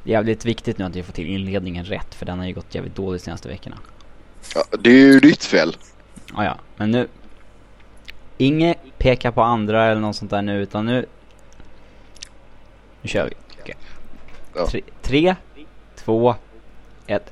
Det är jävligt viktigt nu att vi får till inledningen rätt, för den har ju gått jävligt dåligt de senaste veckorna. Ja, det är ju ditt fel. Ja, men nu inget peka på andra eller något sånt där nu, utan nu kör vi. Okay. Ja. 3, 2, 1.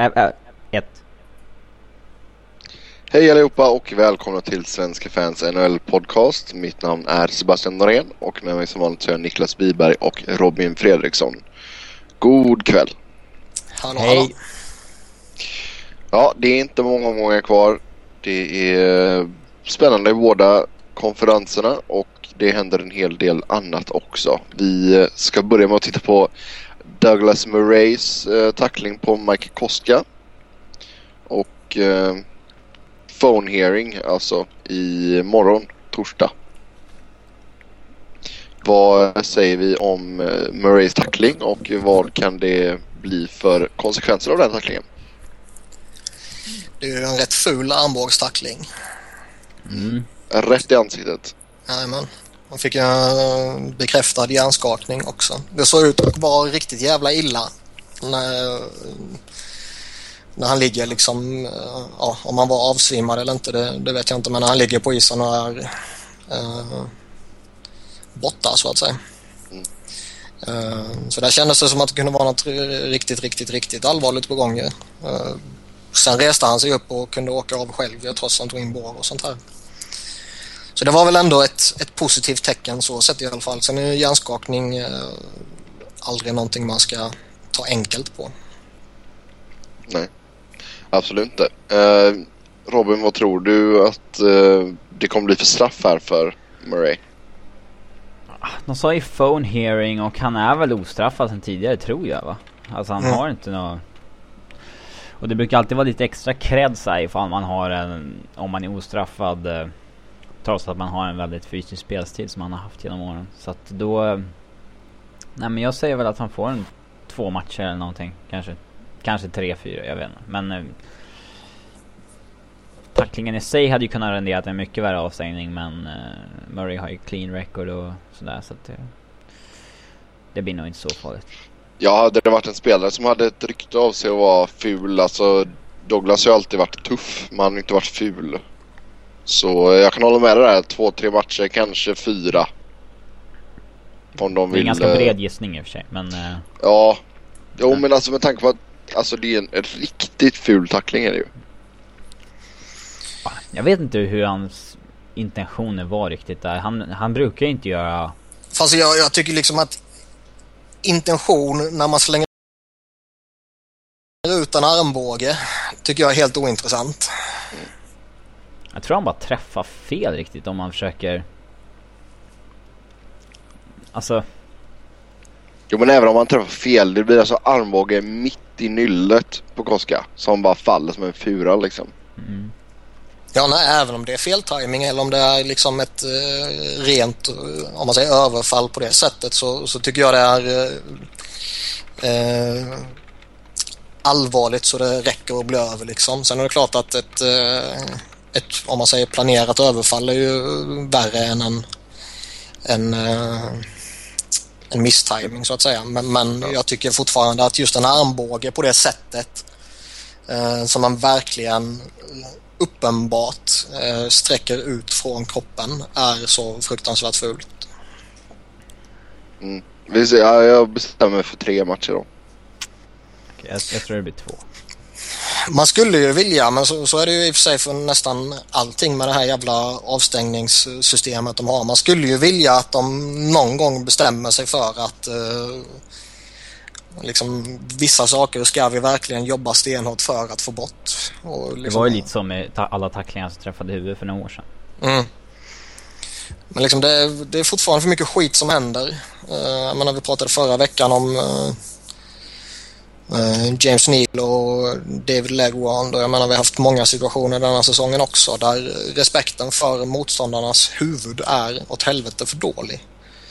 Hej allihopa och välkomna till Svenska Fans NHL-podcast. Mitt namn är Sebastian Norén och med mig som vanligt så är Niklas Wiberg och Robin Fredriksson. God kväll. Hallå, hej. hallå. Ja, det är inte många kvar. Det är spännande i båda konferenserna och det händer en hel del annat också. Vi ska börja med att titta på Douglas Murrays tackling på Mike Koska och phone hearing alltså i morgon, torsdag. Vad säger vi om Murrays tackling och vad kan det bli för konsekvenser av den tacklingen? Det är ju en rätt ful armbågstackling. Rätt i ansiktet. Jajamän. Man fick en bekräftad hjärnskakning också. Det såg ut att vara riktigt jävla illa när han ligger liksom, ja, om han var avsvimmad eller inte, det vet jag inte, men när han ligger på isen och är borta så att säga. Så där kändes det som att det kunde vara något riktigt allvarligt på gång. Sen reste han sig upp och kunde åka av själv trots att han tog in bår och sånt här. Så det var väl ändå ett positivt tecken så sett i alla fall. Sen är hjärnskakning aldrig någonting man ska ta enkelt på. Nej, absolut inte. Robin, vad tror du att det kommer bli för straff här för Murray? De sa ju phone hearing och han är väl ostraffad sen tidigare, tror jag, va? Alltså han har inte något. Och det brukar alltid vara lite extra cred sig ifall man har om man är ostraffad, trots att man har en väldigt fysisk spelstil som man har haft genom åren. Så att då, nej, men jag säger väl att han får 2 matcher eller någonting, kanske 3-4, jag vet inte. Men tacklingen i sig hade ju kunnat rendera en mycket värre avstängning, men Murray har ju clean record och sådär, så att det blir nog inte så farligt. Ja, hade det varit en spelare som hade ett rykte av sig att vara ful, alltså Douglas har ju alltid varit tuff, men han har inte varit ful. Så jag kan hålla med dig där, 2-3 matcher, kanske 4. Om de det är en ganska bred gissning i och för sig, men ja, jo, men alltså med tanke på att alltså, det är en riktigt ful tackling är det ju. Jag vet inte hur hans intentioner var riktigt där. Han brukar inte göra. Fast jag tycker liksom att intention när man slänger ut en armbåge tycker jag är helt ointressant. Jag tror han bara träffar fel riktigt om man försöker. Alltså. Jo, men även om man träffar fel, det blir alltså armbåge mitt i nyllet på Koska som bara faller som en fura liksom. Ja, nej, även om det är fel timing eller om det är liksom ett rent, om man säger överfall på det sättet, så tycker jag det är allvarligt så det räcker att bli över liksom. Sen är det klart att ett om man säger planerat överfall är ju värre än en misstiming så att säga. Men jag tycker fortfarande att just en armbåge på det sättet som man verkligen uppenbart sträcker ut från kroppen är så fruktansvärt fult. Jag bestämmer för 3 matcher då. Jag tror det blir 2. Man skulle ju vilja, men så är det ju i och för sig för nästan allting med det här jävla avstängningssystemet de har. Man skulle ju vilja att de någon gång bestämmer sig för att liksom vissa saker ska vi verkligen jobba stenhårt för att få bort. Och liksom, det var ju lite som med alla tacklingar som träffade huvudet för några år sedan. Men liksom det är fortfarande för mycket skit som händer. Jag menar, vi pratade förra veckan om James Neal och David Legwand, och jag menar vi har haft många situationer den här säsongen också där respekten för motståndarnas huvud är åt helvete för dålig.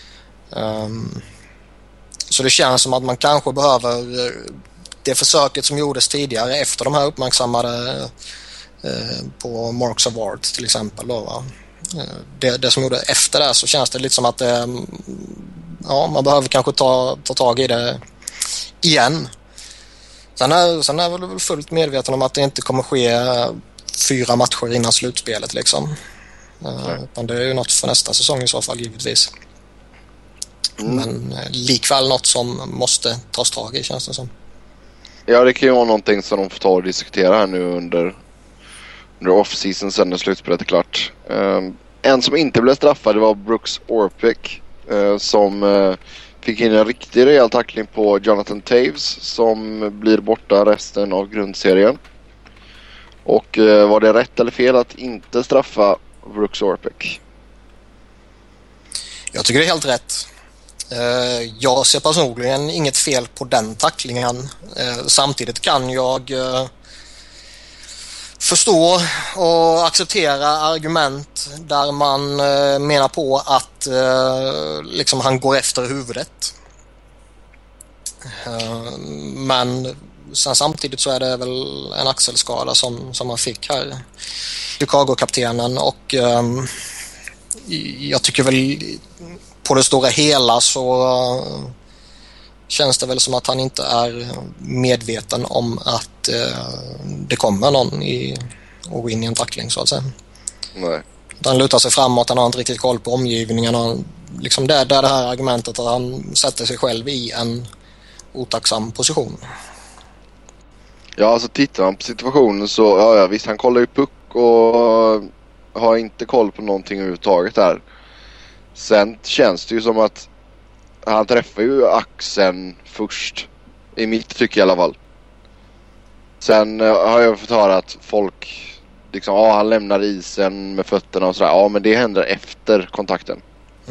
Så det känns som att man kanske behöver det försöket som gjordes tidigare efter de här uppmärksammade på Marks of Art till exempel då, va? Det som gjorde efter det, så känns det lite som att man behöver kanske ta tag i det igen. Sen är jag väl fullt medveten om att det inte kommer ske 4 matcher innan slutspelet liksom. Utan det är ju något för nästa säsong i så fall givetvis. Men likväl något som måste tas tag i, känns det som. Ja, det kan ju vara någonting som de får ta och diskutera här nu under off-season sen när slutspelet är klart. En som inte blev straffad var Brooks Orpik som fick in en riktig rejäl tackling på Jonathan Taves som blir borta resten av grundserien. Och var det rätt eller fel att inte straffa Brooks Orpik? Jag tycker det är helt rätt. Jag ser personligen inget fel på den tacklingen. Samtidigt kan jag förstå och acceptera argument där man menar på att liksom han går efter huvudet. Men sen samtidigt så är det väl en axelskada som han fick här, Chicago-kaptenen, och jag tycker väl på det stora hela så känns det väl som att han inte är medveten om att det kommer någon och gå in i en tackling så att säga. Nej. Han lutar sig framåt, han har inte riktigt koll på omgivningarna. Liksom det här argumentet att han sätter sig själv i en otacksam position. Ja, alltså tittar man på situationen så, ja visst, han kollar ju puck och har inte koll på någonting överhuvudtaget där. Sen känns det ju som att han träffar ju axeln först. I mitt tycke i alla fall. Sen har jag fått höra att folk liksom, han lämnar isen med fötterna och sådär. Ja, men det händer efter kontakten.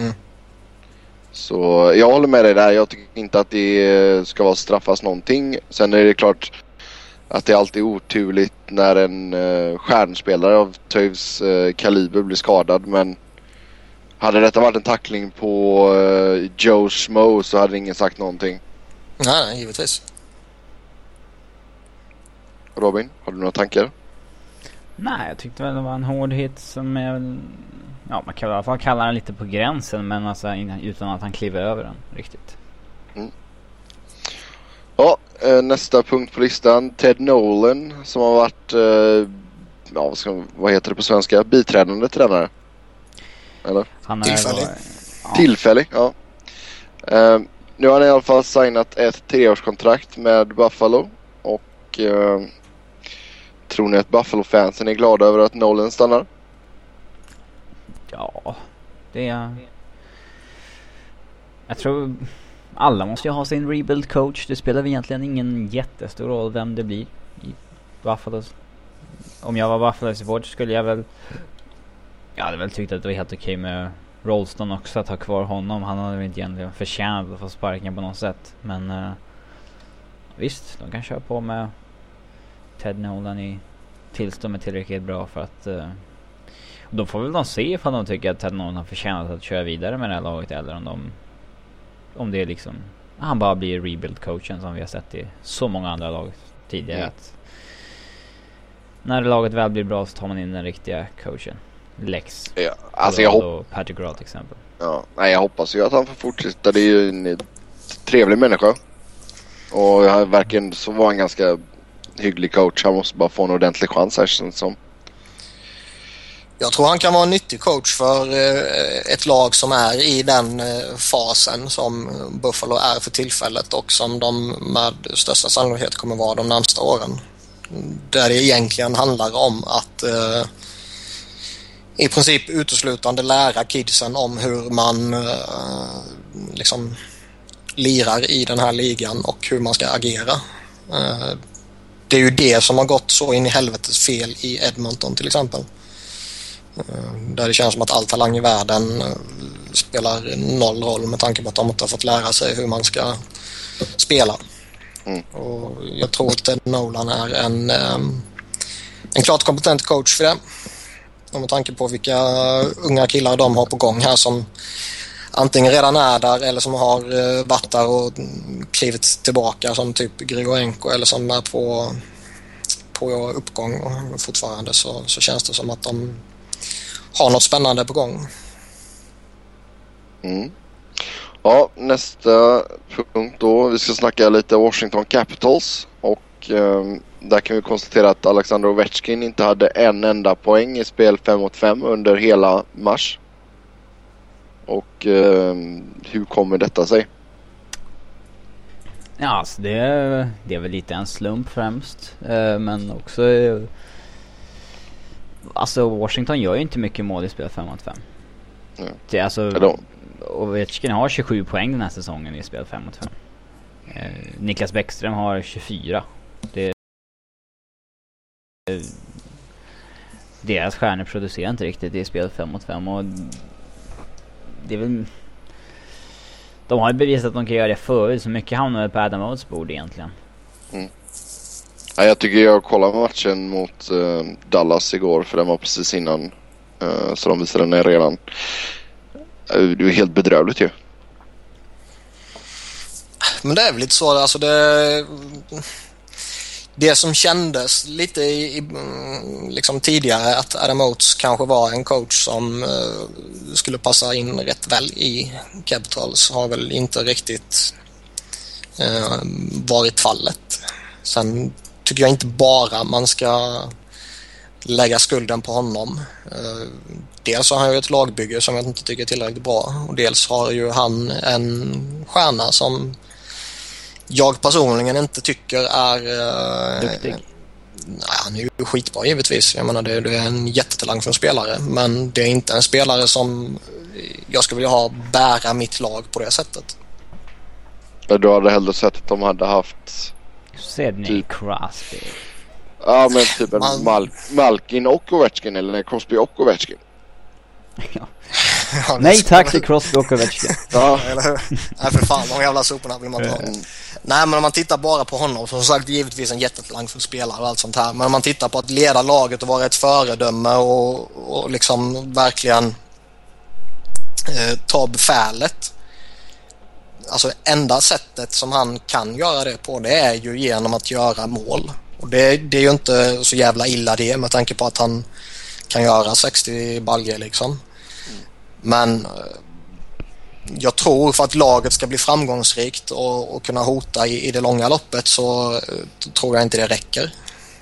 Så jag håller med dig där. Jag tycker inte att det ska vara straffas någonting. Sen är det klart att det är alltid oturligt när en stjärnspelare av Taves kaliber blir skadad. Men hade detta varit en tackling på Joe Schmo så hade ingen sagt någonting. Nej, givetvis. Robin, har du några tankar? Nej, jag tyckte väl det var en hård hit som är, ja, man kan i alla fall kalla den lite på gränsen, men alltså utan att han kliver över den riktigt. Ja, nästa punkt på listan, Ted Nolan som har varit vad heter det på svenska? Biträdande tränare. Eller? Han är Tillfällig. Tillfällig, ja. Nu har han i alla fall signat ett 3-årskontrakt med Buffalo. Och tror ni att Buffalo-fansen är glada över att Nolan stannar? Ja, det är... Jag tror alla måste ju ha sin rebuild coach. Det spelar egentligen ingen jättestor roll vem det blir i Buffalo. Om jag var Buffalo-support skulle jag väl... Jag hade väl tyckt att det var helt okej med Rolston också, att ha kvar honom. Han hade väl inte egentligen förtjänat att få sparken på något sätt. Men visst, de kan köra på med Ted Nolan tills de är tillräckligt bra för att... Då får väl de se ifall de tycker att Ted Nolan har förtjänat att köra vidare med det här laget, eller om det är liksom... Han bara blir rebuild-coachen som vi har sett i så många andra lag tidigare. Att när laget väl blir bra så tar man in den riktiga coachen. Lex. Ja, alltså jag Patrick Roy till exempel. Ja, nej, jag hoppas ju att han får fortsätta. Det är ju en trevlig människa. Och jag verkar så vara en ganska hygglig coach. Han måste bara få en ordentlig chans här som. Jag tror han kan vara en nyttig coach för ett lag som är i den fasen som Buffalo är för tillfället och som de med största sannolikhet kommer vara de närmsta åren. Där det egentligen handlar om att i princip uteslutande lära kidsen om hur man liksom lirar i den här ligan och hur man ska agera. Det är ju det som har gått så in i helvetes fel i Edmonton till exempel. Där det känns som att all talang i världen spelar noll roll med tanke på att de inte har fått lära sig hur man ska spela. Och jag tror att Nolan är en klart kompetent coach för det. Och med tanke på vilka unga killar de har på gång här som antingen redan är där eller som har varit där och klivit tillbaka som typ Grigorenko eller som är på uppgång och fortfarande så känns det som att de har något spännande på gång. Ja, nästa punkt då. Vi ska snacka lite Washington Capitals. Och där kan vi konstatera att Alexander Ovechkin inte hade en enda poäng i spel 5-5 under hela mars. Och hur kommer detta sig? Ja, alltså det är väl lite en slump främst. Men också... Alltså Washington gör ju inte mycket mål i spel 5-5. Mm. Det är alltså... Ovechkin har 27 poäng den här säsongen i spel 5-5. Niklas Bäckström har 24. Deras stjärnor producerar inte riktigt i spel 5-5 och det är väl... De har ju bevisat att de kan göra det förut, så mycket hamnar på Adam Oates bord egentligen. Mm. Ja, jag tycker jag kollade matchen mot Dallas igår, för den var precis innan, så de visade den redan. Det är helt bedrövligt ju. Men det är väl lite så, alltså det som kändes lite liksom tidigare, att Adam Oates kanske var en coach som skulle passa in rätt väl i Capitals, har väl inte riktigt varit fallet. Sen tycker jag inte bara man ska lägga skulden på honom. Dels har han ju ett lagbygge som jag inte tycker är tillräckligt bra, och dels har ju han en stjärna som jag personligen inte tycker är... Duktig. Nej, han är ju skitbra givetvis. Jag menar, det är en jättetalang för en spelare, men det är inte en spelare som jag skulle vilja ha bära mitt lag på det sättet. Du hade hellre sett att de hade haft... Sidney Crosby. Ja, men typ en Malkin och Ovechkin, eller Crosby och Ovechkin. Ja. Nej tack till Crosby och Ovechkin. Ja. Eller hur? Nej, för fan, de jävla soporna vill man ta. Nej, men om man tittar bara på honom, som sagt, givetvis en jättelangfull spelare och allt sånt här, men om man tittar på att leda laget och vara ett föredöme och liksom verkligen ta befälet, alltså enda sättet som han kan göra det på, det är ju genom att göra mål. Och det är ju inte så jävla illa det, med tanke på att han kan göra 60 baljer liksom. Men jag tror, för att laget ska bli framgångsrikt och kunna hota i det långa loppet, så tror jag inte det räcker.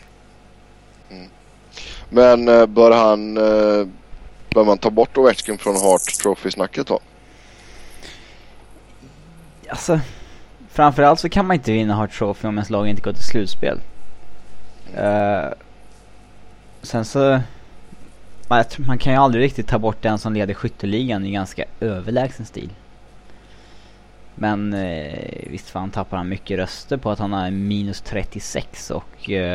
Men bör man ta bort Ovechkin från Hart Trophy-snacket då? Alltså, framförallt så kan man inte vinna Hart Trophy om ens lag inte går till slutspel. Sen så... Man kan ju aldrig riktigt ta bort den som leder skytteligan i ganska överlägsen stil. Men visst fan tappar han mycket röster på att han har minus 36 och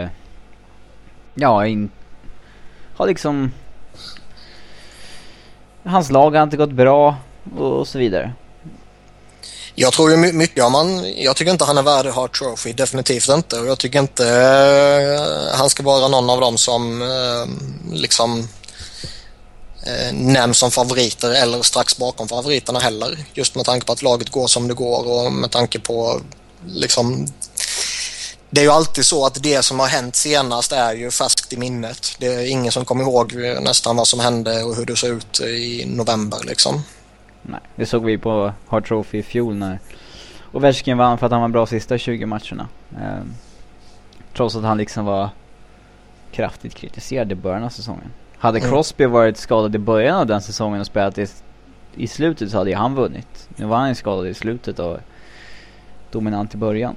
har liksom... Hans lag har inte gått bra och så vidare. Jag tror ju mycket om jag tycker inte han är värd Hart Trophy, definitivt inte. Och jag tycker inte han ska vara någon av dem som liksom nämns som favoriter eller strax bakom favoriterna heller. Just med tanke på att laget går som det går, och med tanke på liksom, det är ju alltid så att det som har hänt senast är ju färskt i minnet. Det är ingen som kommer ihåg nästan vad som hände och hur det såg ut i november liksom. Nej, det såg vi på Hart Trophy i fjol när Ovechkin vann för att han var bra sista 20 matcherna. Trots att han liksom var kraftigt kritiserad i början av säsongen. Hade Crosby varit skadad i början av den säsongen och spelat i slutet, så hade ju han vunnit. Nu var han ju skadad i slutet och dominant i början.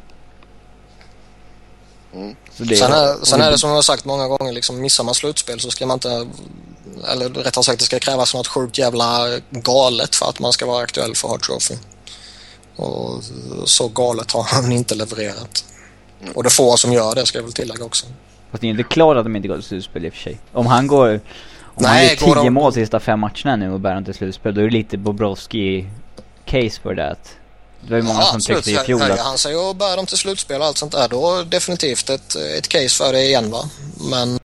Så det sen är det som jag har sagt många gånger, liksom, missar man slutspel så ska man inte, eller rättare sagt, det ska krävas något sjukt jävla galet för att man ska vara aktuell för Hart Trophy. Och så galet har han inte levererat. Och det få som gör det, ska jag väl tillägga också. Fast det är inte klart att de inte går till slutspel i och för sig. Om han gör 10 mål sista 5 matcherna nu och bär inte till slutspel, då är det lite Bobrovsky case för det. Det var ju många som tyckte i fjol att... Han säger och bär dem till slutspel och allt sånt där, då definitivt ett case för det igen, va. Men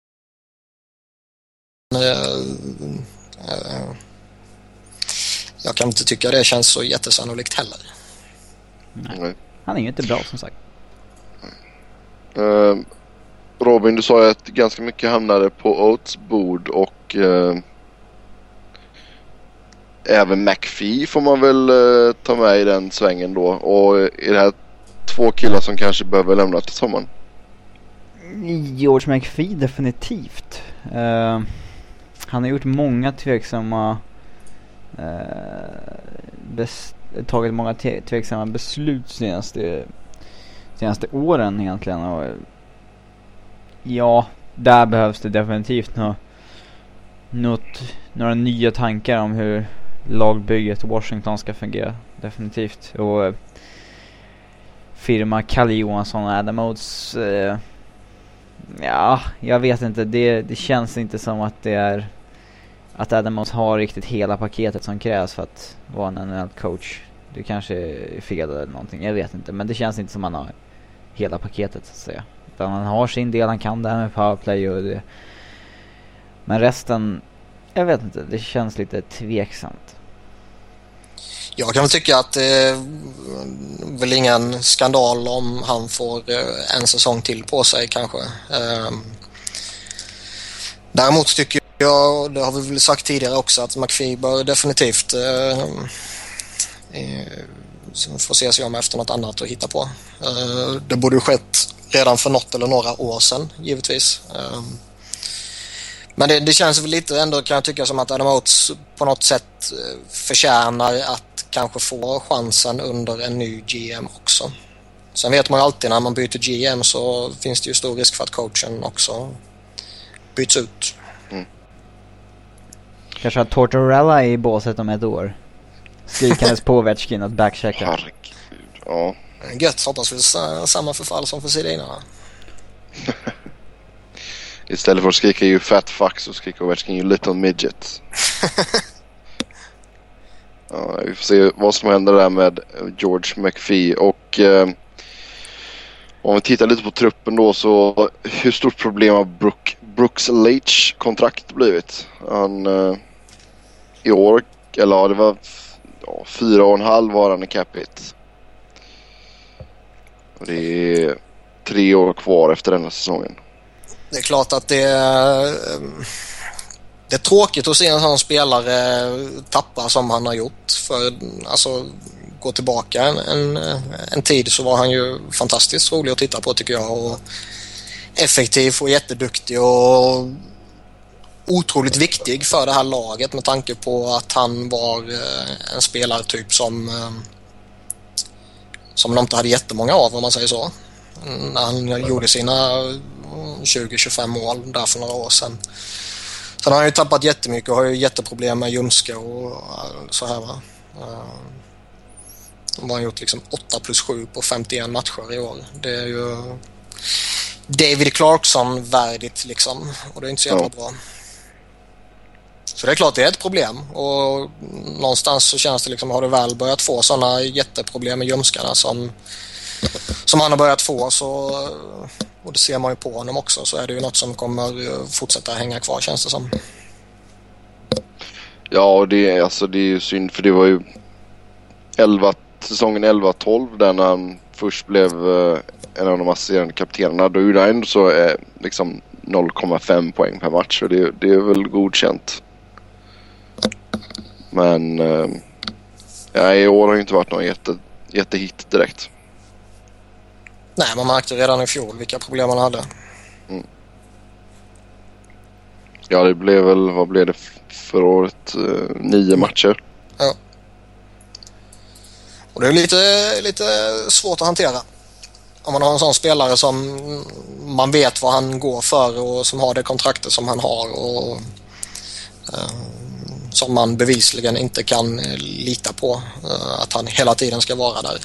jag kan inte tycka det känns så jättesannolikt heller. Nej. Han är ju inte bra, som sagt. Robin, du sa att ganska mycket hamnade på Oates bord, och även McPhee får man väl ta med i den svängen då. Och är det här 2 killar som kanske behöver lämna till sommaren? George McPhee definitivt. Han har gjort många tveksamma tagit många tveksamma beslut senaste åren egentligen. Och ja, där behövs det definitivt några nya tankar om hur lagbygget Washington ska fungera. Definitivt. Och firma Kalle Johansson och Adam Oates, ja, jag vet inte. Det känns inte som att det är att Adam Oates har riktigt hela paketet som krävs för att vara en NFL-coach. Det kanske är fel eller någonting, jag vet inte. Men det känns inte som att han har hela paketet så att säga. Utan han har sin del, han kan det här med powerplay och det. Men resten, jag vet inte, det känns lite tveksamt. Jag kan väl tycka att det är väl ingen skandal om han får en säsong till på sig kanske. Däremot tycker jag, det har vi väl sagt tidigare också, att McPhee bör definitivt få se sig om efter något annat att hitta på. Det borde ju skett redan för något eller några år sedan, givetvis. Men det känns väl lite ändå, kan jag tycka, som att Adam Oates på något sätt förtjänar att kanske få chansen under en ny GM också. Sen vet man ju alltid när man byter GM så finns det ju stor risk för att coachen också byts ut. Kanske att Tortorella i båset om ett år. Skrikandes på Ovechkin att backchecka. Herregud, ja. Gött, hoppas vi samma förfall som för Sedinarna. Istället för att skrika ju fat fuck så skriker Ovechkin ju little midget. Ja, vi får se vad som händer där med George McPhee. Och om vi tittar lite på truppen då, så hur stort problem har Brooks Leach kontrakt blivit? Han i år, eller ja, det var 4,5 var han i cap hit. Och det är 3 år kvar efter denna säsongen. Det är klart att det är tråkigt att se en sån spelare tappa som han har gjort. För alltså, gå tillbaka en tid så var han ju fantastiskt rolig att titta på, tycker jag. Och effektiv och jätteduktig och otroligt viktig för det här laget, med tanke på att han var en spelartyp som de inte hade jättemånga av, om man säger så. När han gjorde sina 20-25 mål där för några år sedan. Sen har han ju tappat jättemycket och har ju jätteproblem med ljumska och så här, va. De har gjort liksom 8+7 på 51 matcher i år. Det är ju David Clarkson-värdigt liksom. Och det är inte så jävla bra. Så det är klart det är ett problem. Och någonstans så känns det liksom, har det väl börjat få sådana jätteproblem med ljumskarna som han har börjat få, så, och det ser man ju på honom också, så är det ju något som kommer fortsätta hänga kvar, känns det som. Ja, det är ju synd, för det var ju säsongen 11-12 där när han först blev en av de assisterande kaptenerna. Då gjorde han så liksom 0,5 poäng per match, och det är väl godkänt. Men i år har ju inte varit någon jättehit direkt. Nej, man märkte redan i fjol vilka problem man hade. Ja, det blev väl, vad blev det för året? 9 matcher. Ja. Och det är lite svårt att hantera. Om man har en sån spelare som man vet vad han går för och som har det kontraktet som han har och som man bevisligen inte kan lita på att han hela tiden ska vara där.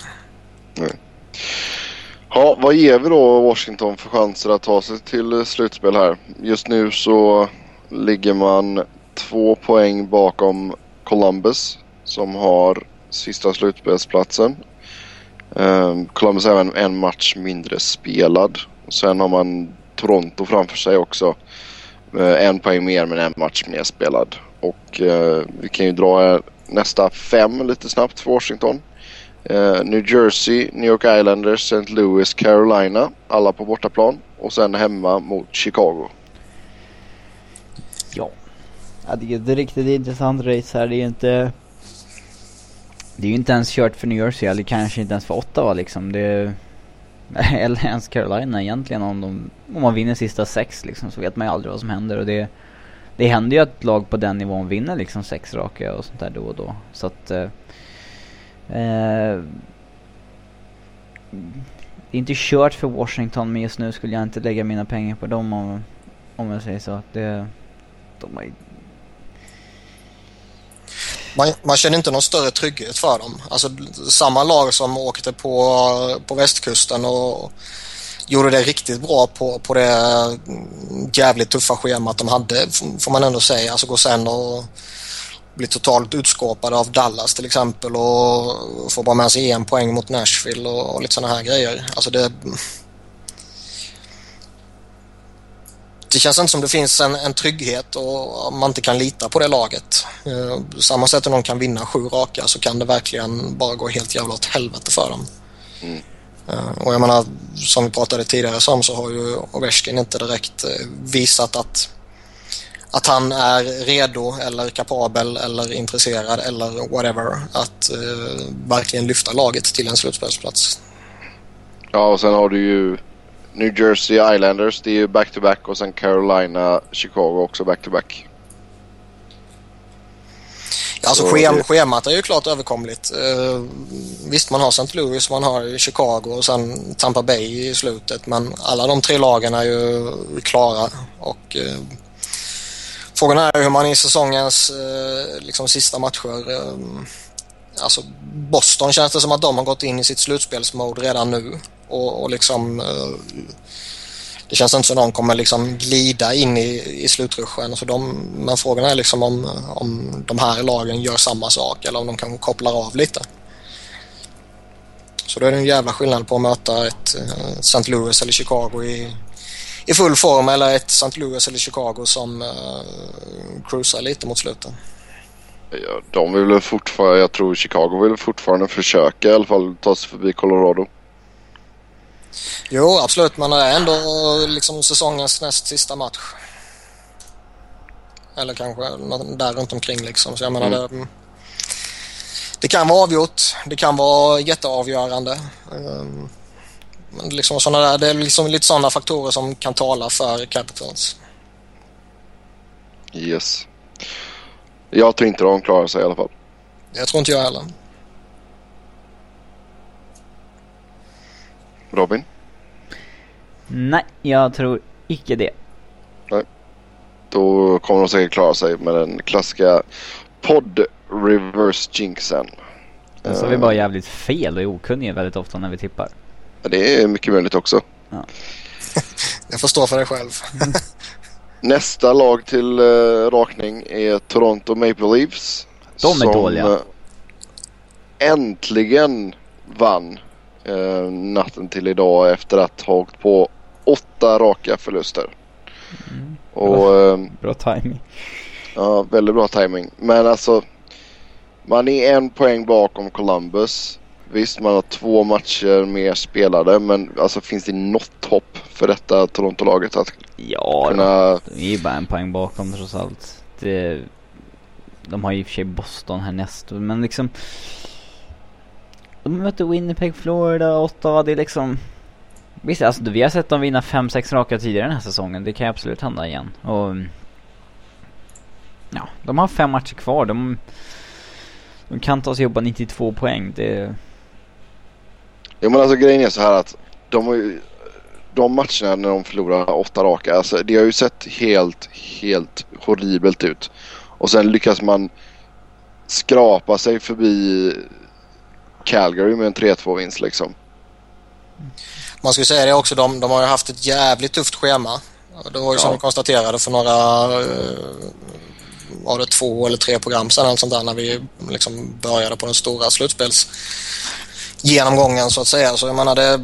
Ja, vad ger vi då Washington för chanser att ta sig till slutspel här? Just nu så ligger man 2 poäng bakom Columbus som har sista slutspelsplatsen. Columbus är även en match mindre spelad. Och sen har man Toronto framför sig också. 1 poäng mer men en match mer spelad. Och vi kan ju dra nästa 5 lite snabbt för Washington. New Jersey, New York Islanders, St. Louis, Carolina. Alla på bortaplan. Och sen hemma mot Chicago. Ja, det är ett riktigt intressant race här. Det är inte Det är ju inte ens kört för New Jersey, eller kanske inte ens för Ottawa liksom. Eller ens Carolina egentligen. Om man vinner sista 6 liksom, så vet man ju aldrig vad som händer. Och det händer ju att lag på den nivån vinner liksom 6 raka och sånt där då och då. Så att det är inte kört för Washington, men just nu skulle jag inte lägga mina pengar på dem om jag säger så. Man känner inte någon större trygghet för dem. Alltså samma lag som åkte på västkusten och gjorde det riktigt bra på det jävligt tuffa schemat de hade, får man ändå säga. Alltså gå sen och bli totalt utskåpade av Dallas till exempel och få bara med sig 1 poäng mot Nashville och lite sådana här grejer. Alltså det känns inte som det finns en trygghet och man inte kan lita på det laget. Samma sätt som de kan vinna 7 raka så kan det verkligen bara gå helt jävla åt helvete för dem. Och jag menar, som vi pratade tidigare så har ju Ovechkin inte direkt visat att han är redo eller kapabel eller intresserad eller whatever att verkligen lyfta laget till en slutspelsplats. Ja, och sen har du ju New Jersey Islanders, det är ju back-to-back, och sen Carolina, Chicago också back-to-back. Alltså schemat är ju klart överkomligt. Visst, man har St. Louis, man har Chicago och sen Tampa Bay i slutet, men alla de 3 lagen är ju klara och frågan är hur man i säsongens liksom sista matcher alltså Boston känns det som att de har gått in i sitt slutspelsmode redan nu och liksom det känns inte som att de kommer liksom glida in i slutruschen så men frågan är liksom om de här lagen gör samma sak eller om de kan koppla av lite. Så då är det en jävla skillnad på att möta ett St. Louis eller Chicago i full form eller ett St. Louis eller Chicago som cruisar lite mot slutet. Ja, de vill väl fortfarande, jag tror Chicago vill fortfarande försöka i alla fall ta sig förbi Colorado. Jo, absolut, men det är ändå liksom säsongens näst sista match. Eller kanske där runt omkring liksom. Så jag menar det kan vara avgjort, det kan vara jätteavgörande. Men liksom det är liksom lite sådana faktorer som kan tala för Capitals. Yes. Jag tror inte de klarar sig i alla fall. Jag tror inte jag heller. Robin? Nej, jag tror icke det. Nej. Då kommer de säkert klara sig med den klassiska podd reverse jinxen. Så är vi bara jävligt fel och okunniga väldigt ofta när vi tippar. Det är mycket möjligt också. Ja. Jag förstår för dig själv. Nästa lag till rakning är Toronto Maple Leafs. De är dåliga. Äntligen vann natten till idag efter att ha åkt på 8 raka förluster. Bra timing. Ja, väldigt bra timing. Men alltså, man är 1 poäng bakom Columbus. Visst, man har 2 matcher mer spelade, men alltså finns det något hopp för detta Toronto-laget att kunna... Det är bara 1 poäng bakom trots allt. De har ju i och för sig Boston härnäst, men liksom de möter Winnipeg, Florida, Ottawa, det är liksom visst, alltså vi har sett dem vinna 5-6 raka tidigare den här säsongen. Det kan absolut hända igen. Och ja, de har 5 matcher kvar. De kan ta sig upp på 92 poäng. Ja, men alltså grejen är så här att de matcherna när de förlorar 8 raka, alltså det har ju sett helt horribelt ut. Och sen lyckas man skrapa sig förbi Calgary med en 3-2-vinst liksom. Man skulle säga det också, de har ju haft ett jävligt tufft schema. Det var ju som vi konstaterade för några var det 2 eller 3 program sedan eller sånt där, när vi liksom började på den stora slutspelsgenomgången så att säga. Så jag menar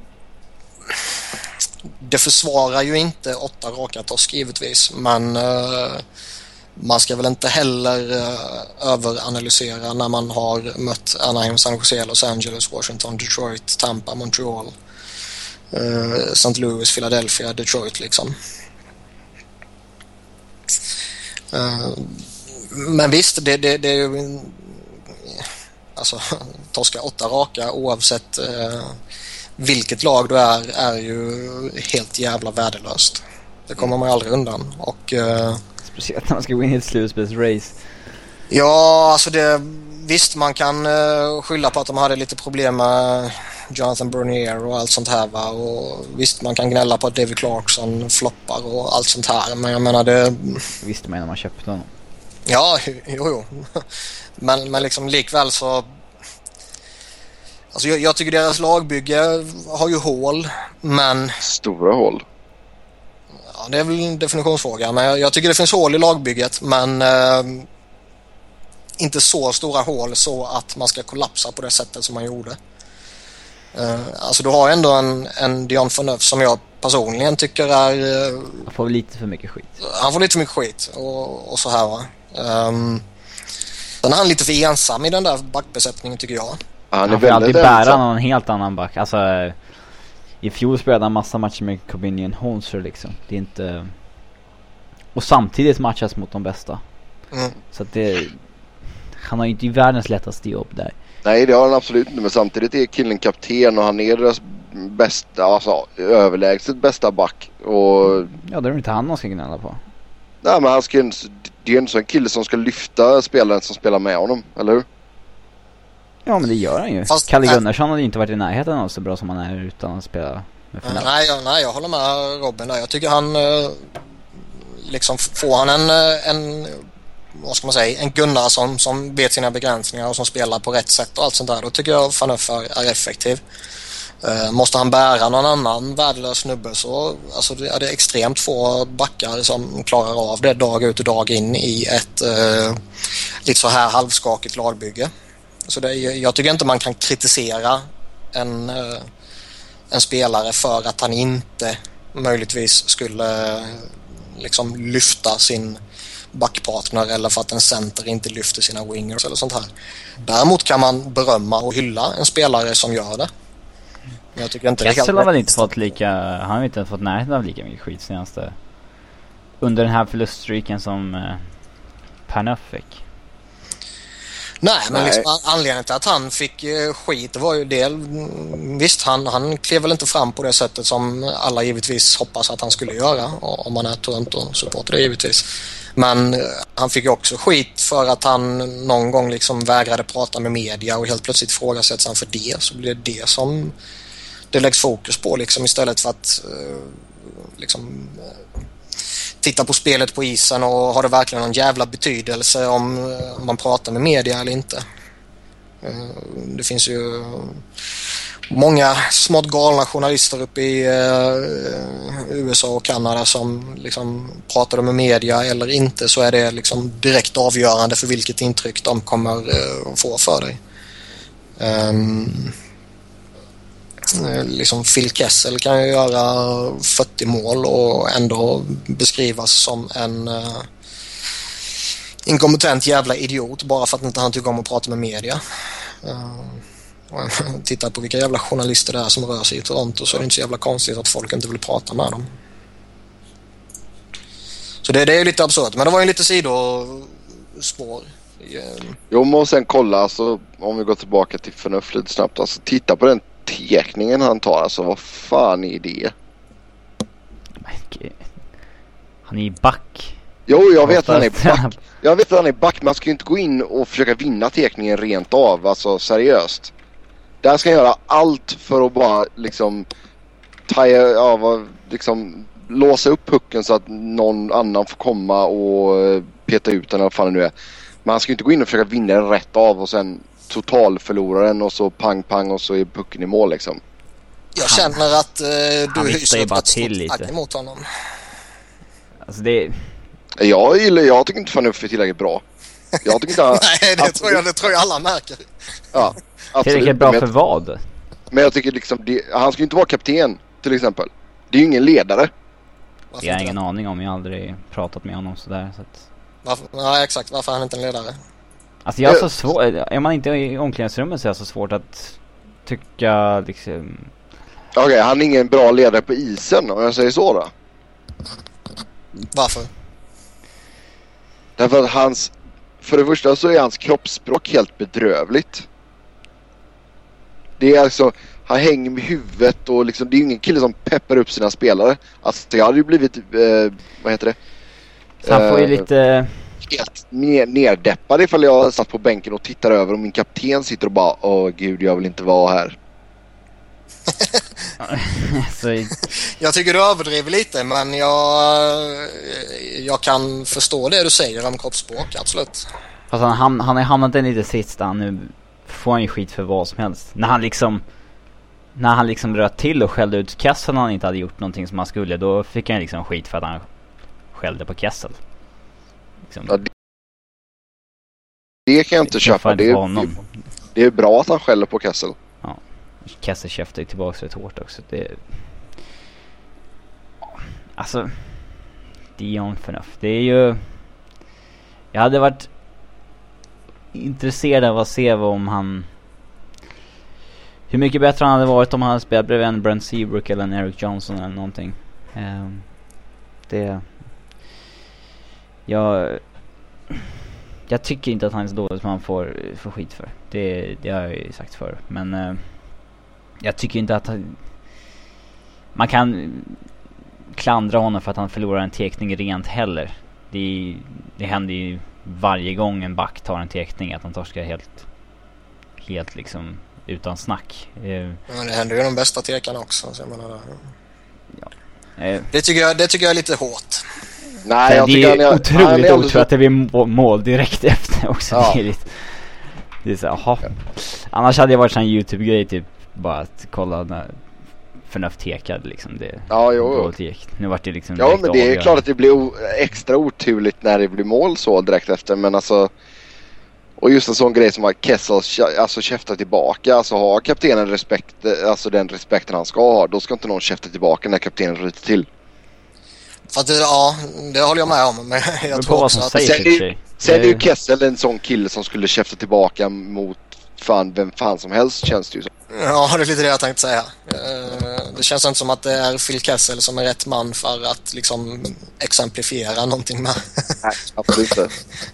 det försvarar ju inte 8 raka torsk givetvis, men man ska väl inte heller överanalysera när man har mött Anaheim, San Jose, Los Angeles, Washington, Detroit, Tampa, Montreal, St. Louis, Philadelphia, Detroit liksom. Men visst, det är ju Alltså torska 8 raka oavsett vilket lag du är ju helt jävla värdelöst. Det kommer man aldrig undan. Och speciellt när man ska gå in i ett slutspelsrace. ja, alltså visst, man kan skylla på att de hade lite problem med Jonathan Bernier och allt sånt här, va? Och visst, man kan gnälla på att David Clarkson floppar och allt sånt här, men jag menar det visste man när man köpte honom. Ja, jo. Men liksom likväl så alltså jag tycker deras lagbygge har ju hål, men Stora hål. ja, det är väl en definitionsfråga, men jag tycker det finns hål i lagbygget, men inte så stora hål så att man ska kollapsa på det sättet som man gjorde. Alltså du har ändå en Dion Phaneuf som jag personligen tycker är Han får lite för mycket skit. Han får lite för mycket skit och så här, va. Sen är han lite för ensam i den där backbesättningen, tycker jag. Han får alltid bära någon helt annan back. Alltså i fjol spelade han massa matcher med Corbinian Honser liksom. Det är inte... Och samtidigt matchas mot de bästa. Så att han har ju inte världens lättaste jobb där. Nej, det har han absolut inte. Men samtidigt är killen kapten och han är deras bästa, alltså överlägset bästa back. Och ja, det är inte han man ska gnälla på. nej, men det är en sån kille som ska lyfta spelaren som spelar med honom, eller hur? Ja, men det gör han ju. Fast Kalle Gunnarsson hade ju inte varit i närheten av så bra som han är utan att spela med Phaneuf. Nej, jag håller med Robin där. Jag tycker han liksom får han en vad ska man säga, en Gunnarsson som vet sina begränsningar och som spelar på rätt sätt och allt sånt där, då tycker jag Phaneuf är effektiv. Måste han bära någon annan värdelös snubbe så alltså det är extremt få backar som klarar av det dag ut och dag in i ett lite så här halvskakigt lagbygge. Så jag tycker inte man kan kritisera en spelare för att han inte möjligtvis skulle liksom lyfta sin backpartner eller för att en center inte lyfter sina wingers eller sånt här. Däremot kan man berömma och hylla en spelare som gör det. Men jag tycker inte Kessel har väl inte fått han har inte fått närheten av lika mycket skit senaste under den här förluststreaken som Phaneuf fick. Nej, men liksom, anledningen till att han fick skit var ju visst, han klev väl inte fram på det sättet som alla givetvis hoppas att han skulle göra om man är Toronto-supporter givetvis. Men han fick ju också skit för att han någon gång liksom vägrade prata med media och helt plötsligt ifrågasätts han för det, så blir det som det läggs fokus på liksom, istället för att liksom titta på spelet på isen och har det verkligen någon jävla betydelse om man pratar med media eller inte. Det finns ju många smått galna journalister uppe i USA och Kanada som liksom pratar med media eller inte, så är det liksom direkt avgörande för vilket intryck de kommer få för dig. Liksom Phil Kessel kan ju göra 40 mål och ändå beskrivas som en inkompetent jävla idiot bara för att inte han tycker om att prata med media. Titta på vilka jävla journalister det är som rör sig i Toronto, så är det inte så jävla konstigt att folk inte vill prata med dem. Så det är ju lite absurt, men det var ju lite sidospår. Jo, men och sen kolla, alltså, om vi går tillbaka till Phaneuf lite snabbt, alltså titta på den tekningen han tar, alltså vad fan är det? Han är i back. Jo, jag vet att han är back. Jag vet att han är back, men man ska ju inte gå in och försöka vinna tekningen rent av, alltså seriöst. Där ska han göra allt för att bara liksom liksom låsa upp pucken så att någon annan får komma och peta ut den, eller vad fan det nu är. Men han ska ju inte gå in och försöka vinna den rätt av och sen total förlorar den och så pang och så är pucken i mål liksom. Jag känner att du hyser bara ett till stort lite agg emot honom. Alltså det... Jag tycker inte Phaneuf är tillräckligt bra. Jag tycker inte Nej, det tror jag alla märker. Ja, tillräckligt bra för vad? Men jag tycker liksom han ska ju inte vara kapten till exempel. Det är ju ingen ledare. Jag har ingen aning om, jag har aldrig pratat med honom sådär så att... Ja, exakt, varför är han inte en ledare? Alltså jag är så svårt, är man inte i omklädningsrummet så är det så svårt att tycka liksom... Okej, han är ingen bra ledare på isen om jag säger så då. Varför? Därför att för det första så är hans kroppsspråk helt bedrövligt. Det är alltså, han hänger med huvudet och liksom, det är ju ingen kille som peppar upp sina spelare. Alltså det hade ju blivit, vad heter det? Så han får ju lite... Helt nerdeppad ifall jag satt på bänken och tittar över och min kapten sitter och bara, åh gud, jag vill inte vara här. Jag tycker du överdriver lite, men jag kan förstå det du säger om kroppsspråk, absolut. Fast han har hamnat en lite sist där. Nu får han ju skit för vad som helst. När han liksom röt till och skällde ut Kessel när han inte hade gjort någonting som han skulle, då fick han liksom skit för att han skällde på Kessel. Liksom. Ja, det kan jag inte köpa. Det är bra att han skäller på Kessel. Ja, Kessel käftar tillbaka rätt hårt också. Alltså, Dion förnuft. Det är ju... Jag hade varit intresserad av att se om han... Hur mycket bättre han hade varit om han hade spelat bredvid en Brent Seabrook eller en Eric Johnson eller någonting. Jag tycker inte att han är så dålig som han får skit för. Det har jag ju sagt förr. Men jag tycker inte att man kan klandra honom för att han förlorar en tekning rent heller. Det händer ju varje gång en back tar en tekning att han torskar helt liksom utan snack. Men det händer ju de bästa tekarna också, så jag menar, ja. Det tycker jag är lite hårt. Nej, jag det är otroligt otroligt att det blir mål direkt efter också. Ja. Det är så, aha. Ja. Annars hade jag varit en YouTube-grej typ bara att kolla när förnuft tekade liksom det. Ja, jo. Nu vart det liksom. Ja, men det är klart att det blir extra oturligt när det blir mål så direkt efter, men alltså, och just en sån grej som att Kessel alltså käftar tillbaka, alltså har kaptenen respekt, alltså den respekten han ska ha, då ska inte någon käfta tillbaka när kaptenen ryter till. För att, ja, det håller jag med om, men jag tror också att... Sen är ju Kessel en sån kille som skulle käfta tillbaka mot vem fan som helst, känns det ju så. Ja, det är lite det jag tänkte säga. Det känns inte som att det är Phil Kessel som är rätt man för att liksom exemplifiera någonting med. Nej, absolut inte.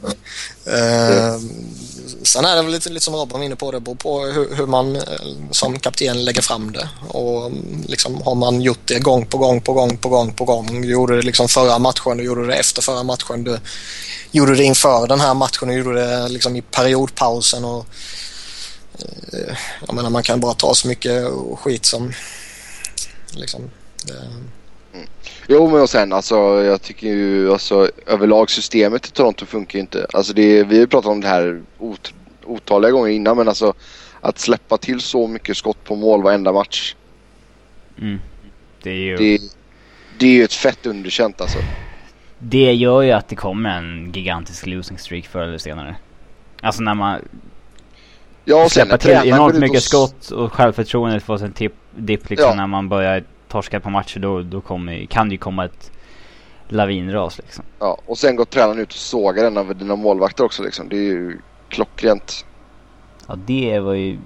Sen är det väl lite som Robin var inne på, det beror på hur man som kapten lägger fram det. Och liksom har man gjort det gång på gång. Du gjorde det liksom förra matchen, du gjorde det efter förra matchen, du gjorde det inför den här matchen, du gjorde det liksom i periodpausen och jag menar, man kan bara ta så mycket skit som liksom Jo, men och sen alltså, jag tycker ju alltså, överlag systemet i Toronto funkar ju inte. Alltså vi har ju pratat om det här otaliga gånger innan, men alltså att släppa till så mycket skott på mål varenda match. Det är ju ett fett underkänt alltså. Det gör ju att det kommer en gigantisk losing streak förr eller senare. Alltså när man släpper till enormt mycket skott och självförtroendet får en dipp liksom, när man börjar torska på matcher, då kan det ju komma ett lavinras liksom. Ja, och sen går tränaren ut och sågar en av dina målvakter också liksom. Det är ju klockrent. Ja, det var ju...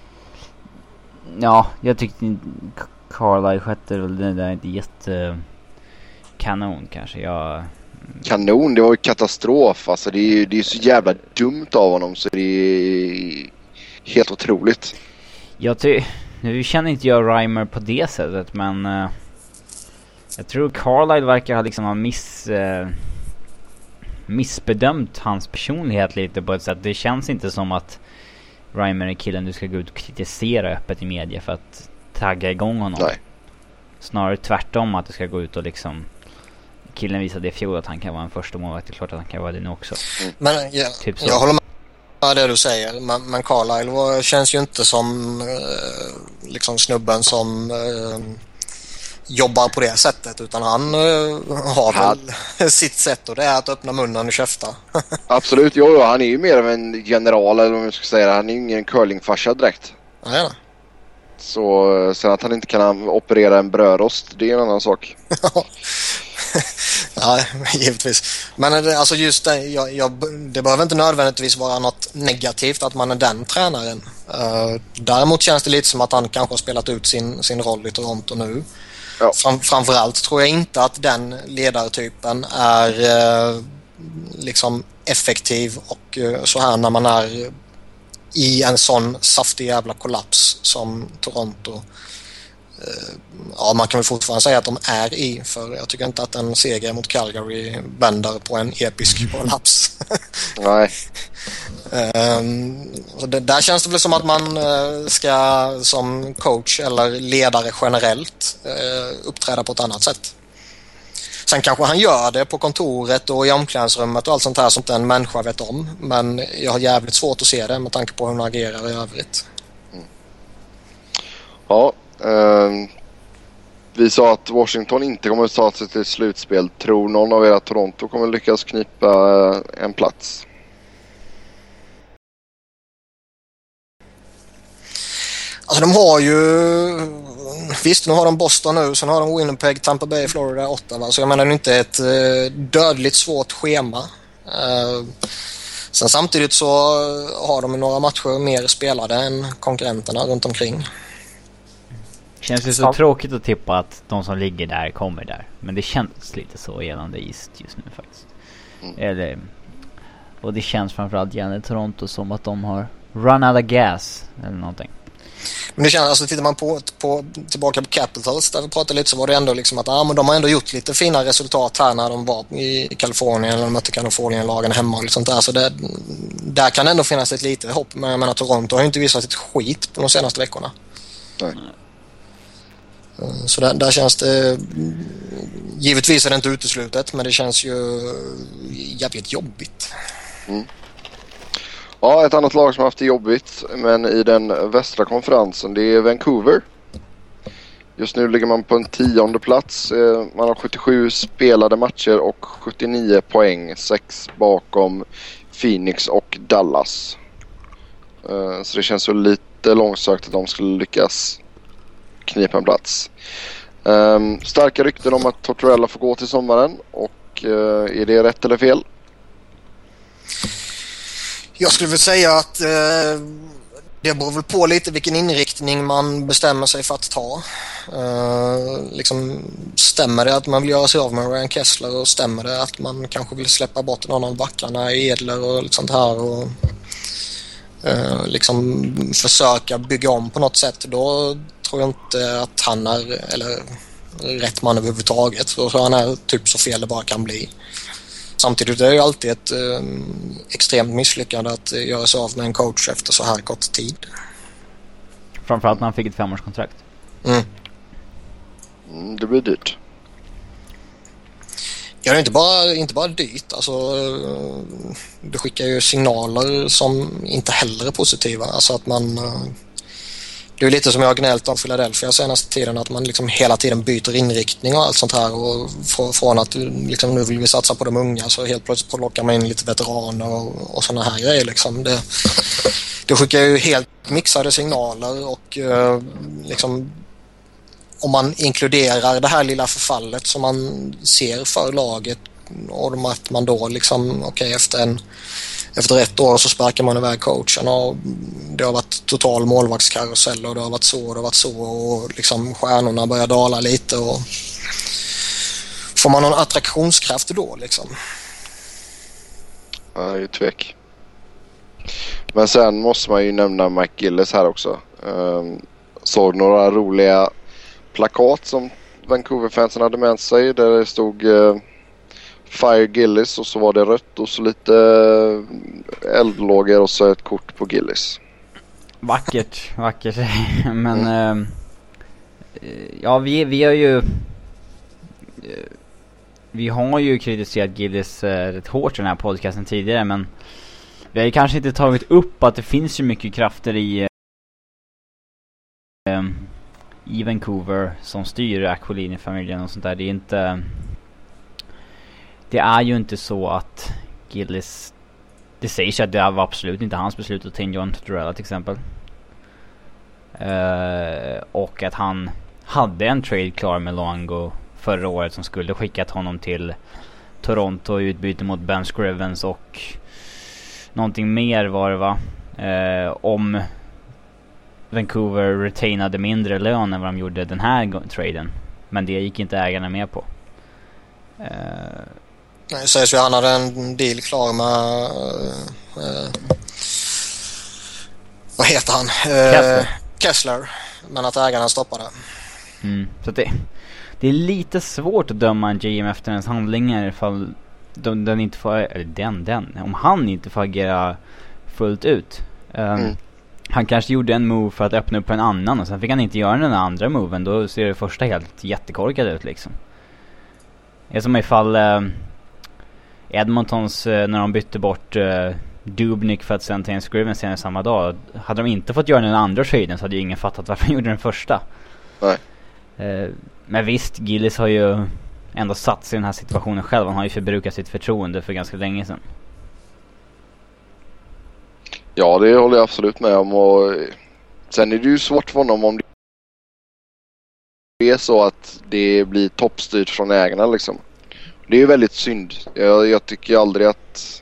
Ja, jag tyckte Carlisle skötte väl det där inte kanon kanske. Kanon, det var ju katastrof. Alltså det är ju så jävla dumt av honom, så det är helt otroligt. Nu känner inte jag Reimer på det sättet, men jag tror Carlisle verkar ha missbedömt hans personlighet lite på ett sätt. Det känns inte som att Reimer är killen du ska gå ut och kritisera öppet i media för att tagga igång honom. Nej. Snarare tvärtom, att du ska gå ut och liksom... Killen visade i fjol att han kan vara en första målvakt. Det är klart att han kan vara det nu också. Men jag håller med det du säger, men Carlisle känns ju inte som liksom snubben som jobbar på det sättet, utan han har väl sitt sätt, och det är att öppna munnen och käfta. Absolut, jo, han är ju mer av en general, eller vad man ska säga. Han är ju ingen curlingfarsa direkt. Ja. Så sen att han inte kan operera en brödrost, det är en annan sak. Ja, givetvis. Men alltså just det, det behöver inte nödvändigtvis vara något negativt att man är den tränaren. Däremot känns det lite som att han kanske har spelat ut sin roll i Toronto nu. Ja. Framförallt tror jag inte att den ledartypen är liksom effektiv och så här när man är i en sån saftig jävla kollaps som Toronto. Ja, man kan väl fortfarande säga att de är i, för jag tycker inte att en seger mot Calgary vänder på en episk kollaps. Nej. Så där känns det väl som att man ska som coach eller ledare generellt uppträda på ett annat sätt. Sen kanske han gör det på kontoret och i omklädningsrummet och allt sånt här som inte en människa vet om. Men jag har jävligt svårt att se det med tanke på hur han agerar i övrigt. Ja, vi sa att Washington inte kommer att ta sig till slutspel. Tror någon av er att Toronto kommer lyckas knipa en plats? Alltså de har ju... Visst, nu har de Boston nu, sen har de Winnipeg, Tampa Bay, Florida, Ottawa. Så jag menar, det är inte ett dödligt svårt schema. Sen samtidigt så har de några matcher mer spelade än konkurrenterna runt omkring. Känns det så tråkigt att tippa att de som ligger där kommer där. Men det känns lite så gällande East just nu faktiskt. Och det känns framförallt gällande Toronto som att de har run out of gas eller någonting. Men det känns, alltså tittar man tillbaka på Capitals där vi pratade lite, så var det ändå liksom att men de har ändå gjort lite fina resultat här när de var i Kalifornien eller de mötte Kalifornien-lagen hemma och sånt där. Så där kan ändå finnas ett litet hopp. Men jag menar, Toronto har ju inte visat ett skit på de senaste veckorna. Nej. Så där känns det, givetvis är det inte uteslutet, men det känns ju jävligt jobbigt. Ja, ett annat lag som har haft det jobbigt, men i den västra konferensen, det är Vancouver. Just nu ligger man på en 10:e plats. Man har 77 spelade matcher och 79 poäng. 6 bakom Phoenix och Dallas. Så det känns väl lite långsökt att de skulle lyckas knipa en plats. Starka rykten om att Tortorella får gå till sommaren. Och är det rätt eller fel? Jag skulle väl säga att det beror väl på lite vilken inriktning man bestämmer sig för att ta. Liksom, stämmer det att man vill göra sig av med Ryan Kessler, och stämmer det att man kanske vill släppa bort någon av backarna i Edler och sånt här och liksom försöka bygga om på något sätt, då tror jag inte att han är eller rätt man överhuvudtaget. Så han är typ så fel det bara kan bli. Samtidigt är det ju alltid ett extremt misslyckande att göra sig av med en coach efter så här kort tid. Framförallt när han fick ett 5-årskontrakt. Det blir dyrt. Ja, det är inte bara dyrt. Alltså, det skickar ju signaler som inte heller är positiva. Alltså att man... Det är lite som jag har gnällt av Philadelphia senaste tiden, att man liksom hela tiden byter inriktning och allt sånt här, och från att liksom, nu vill vi satsa på de unga, så helt plötsligt plockar man in lite veteraner och såna här grejer liksom. Det skickar ju helt mixade signaler, och liksom, om man inkluderar det här lilla förfallet som man ser för laget, och att man då liksom, okej, efter ett år så sparkar man iväg coachen, och det har varit total målvaktskarusell, och det har varit så och liksom stjärnorna börjar dala lite, och får man någon attraktionskraft då liksom? Ja, det är ju tvek. Men sen måste man ju nämna Mike Gillis här också. Såg några roliga plakat som Vancouver-fansen hade med sig, där det stod Fire Gillis, och så var det rött och så lite eldlågor och så ett kort på Gillis. Vackert. Men ja, vi har ju kritiserat Gillis rätt hårt i den här podcasten tidigare, men vi har ju kanske inte tagit upp att det finns ju mycket krafter i Vancouver som styr Aquilini-familjen och sånt där. Det är ju inte så att Gillis... Det sägs att det var absolut inte hans beslut att ta in John Tortorella till exempel. Och att han hade en trade klar med Luongo förra året som skulle skickat honom till Toronto i utbyte mot Ben Scrivens och någonting mer var det, va? Om Vancouver retainade mindre lön än vad de gjorde den här traden. Men det gick inte ägarna med på. Det sägs ju att han hade en deal klar Vad heter han? Kessler. Men att ägarna stoppade. Så det är lite svårt att döma en GM efter ens handlingar ifall den inte får, eller om han inte får agera fullt ut. Han kanske gjorde en move för att öppna upp för en annan och sen fick han inte göra den andra moven. Då ser det första helt jättekorkat ut liksom. Det är som ifall Edmontons när de bytte bort Dubnik för att sen ta en Scriven senare samma dag. Hade de inte fått göra den andra traden så hade ju ingen fattat varför de gjorde den första. Nej. Men visst, Gillis har ju ändå satt sig i den här situationen själv. Han har ju förbrukat sitt förtroende för ganska länge sedan. Ja, det håller jag absolut med om. Och sen är det ju svårt för honom om det är så att det blir toppstyrt från ägarna liksom. Det är ju väldigt synd. Jag tycker aldrig att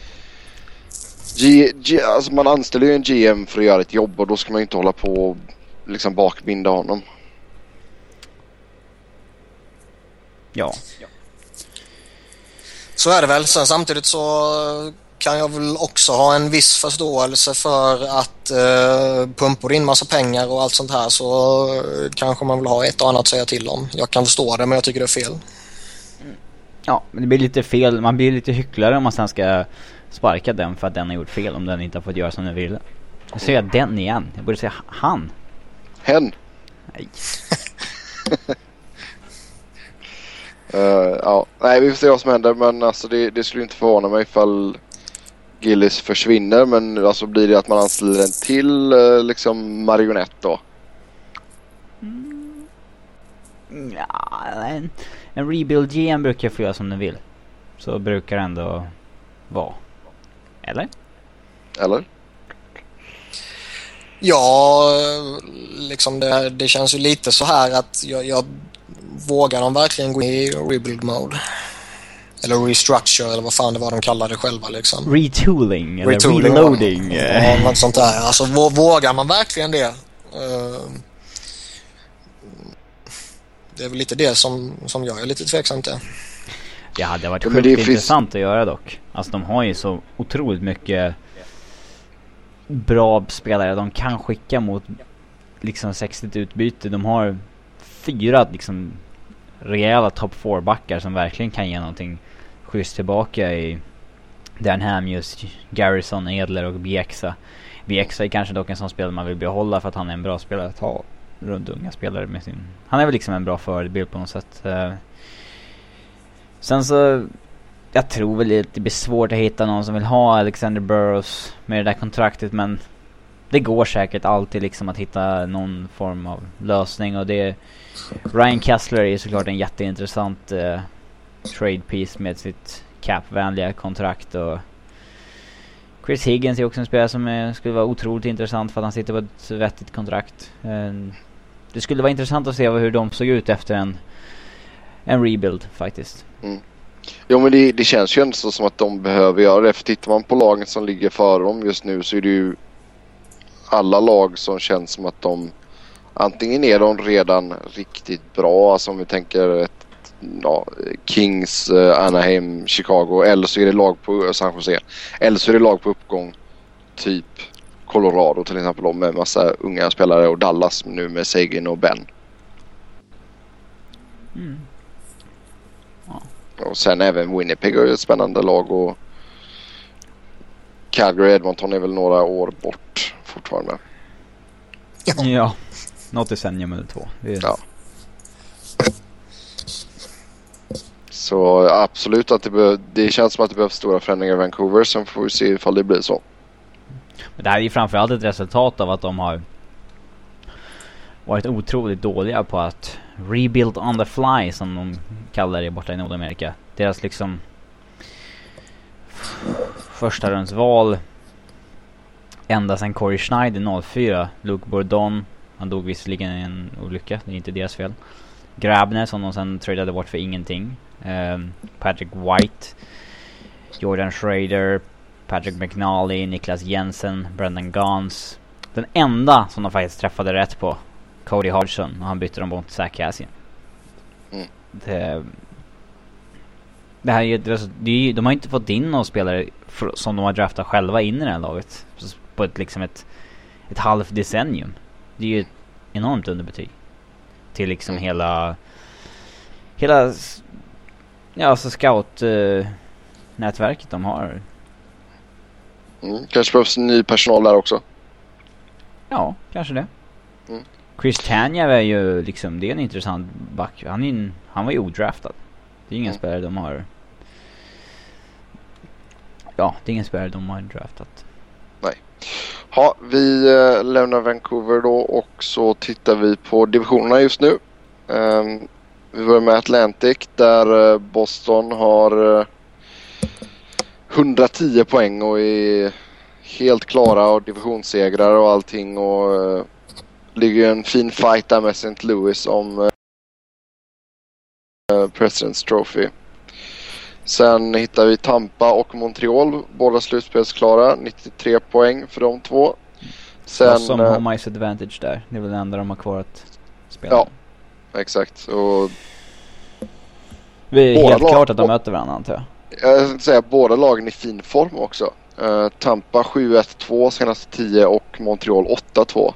alltså man anställer ju en GM för att göra ett jobb och då ska man ju inte hålla på och liksom bakbinda honom. Ja. Så är det väl. Sen samtidigt så kan jag väl också ha en viss förståelse för att pumpar in massa pengar och allt sånt här så kanske man vill ha ett och annat att säga till om. Jag kan förstå det men jag tycker det är fel. Ja, men det blir lite fel. Man blir lite hycklare om man sen ska sparka den för att den har gjort fel om den inte har fått göra som den ville. Jag säger den igen. Jag borde säga han. Hen. Nej. Ja, nej, vi får se vad som händer men alltså det skulle inte förvåna mig ifall Gillis försvinner men alltså blir det att man anställer en till liksom marionett då? Ja, en rebuild GM brukar få göra som den vill. Så brukar det ändå vara. Eller? Ja, liksom det känns ju lite så här att jag vågar de verkligen gå i rebuild mode? Eller restructure eller vad fan det var de kallade det själva liksom. Retooling eller reloading. Ja, något sånt där. Alltså vågar man verkligen det? Det är väl lite det som jag är lite tveksam till. Det hade varit sjukt intressant att göra dock. Alltså de har ju så otroligt mycket bra spelare de kan skicka mot liksom 60 utbyte. De har 4 liksom rejäla top 4 backar som verkligen kan ge någonting schysst tillbaka i Dan Hamhuis, Garrison, Edler och Bieksa. Bieksa är kanske dock en sån spelare man vill behålla för att han är en bra spelare att ha runt unga spelare med sin. Han är väl liksom en bra förebild på något sätt. Sen så jag tror väl att det blir svårt att hitta någon som vill ha Alexander Burrows med det där kontraktet men det går säkert alltid liksom att hitta någon form av lösning och det Ryan Kessler är såklart en jätteintressant trade piece med sitt cap-vänliga kontrakt och Chris Higgins är också en spelare som skulle vara otroligt intressant för att han sitter på ett vettigt kontrakt. Det skulle vara intressant att se hur de såg ut efter en rebuild faktiskt. Jo men det känns ju ändå som att de behöver göra det. För tittar man på lagen som ligger före dem just nu så är det ju alla lag som känns som att de antingen är de redan riktigt bra, alltså om vi tänker Kings, Anaheim, Chicago, eller så är det lag på San Jose, eller så är det lag på uppgång typ Colorado till exempel med massa unga spelare och Dallas nu med Seguin och Ben. Och sen även Winnipeg är ett spännande lag och Calgary, Edmonton är väl några år bort fortfarande. Ja, något decennium eller 2. Ja. Så absolut att det känns som att det behövs stora förändringar i Vancouver. Sen får vi se ifall det blir så. Det här är ju framförallt ett resultat av att de har varit otroligt dåliga på att rebuild on the fly som de kallar det borta i Nordamerika. Deras liksom första rundsval ända sedan Corey Schneider 04, Luke Bourdon, han dog visserligen i en olycka, det är inte deras fel. Grabner som de sen tradade bort för ingenting. Patrick White, Jordan Schrader, Patrick McNally, Niklas Jensen, Brendan Gans. Den enda som de faktiskt träffade rätt på, Cody Hodgson, och han bytte dem mot Zach Kassian. Det här är, de har inte fått in någon spelare som de har draftat själva in i det här laget på ett ett halvt decennium. Det är ju ett enormt underbetyg till liksom hela alltså scout nätverket de har. Kanske behövs ny personal där också. Ja, kanske det. Chris Tanya är ju liksom, det är en intressant back. Han var ju odraftad. Det är ingen spelare de har. Ja, det är ingen spelare de har draftat. Nej. Ja, vi lämnar Vancouver då och så tittar vi på divisionerna just nu. Vi börjar med Atlantic där Boston har 110 poäng och är helt klara och divisionssegrar och allting och ligger en fin fight där med St. Louis om President's Trophy. Sen hittar vi Tampa och Montreal, båda slutspelsklara, 93 poäng för de två. Sen som home ice advantage där. Det är väl det enda de har kvar att spela. Ja, exakt. Och det är helt klart att de möter varandra, antar jag. Jag ska säga båda lagen i fin form också. Tampa 7-1-2 senaste 10 och Montreal 8-2.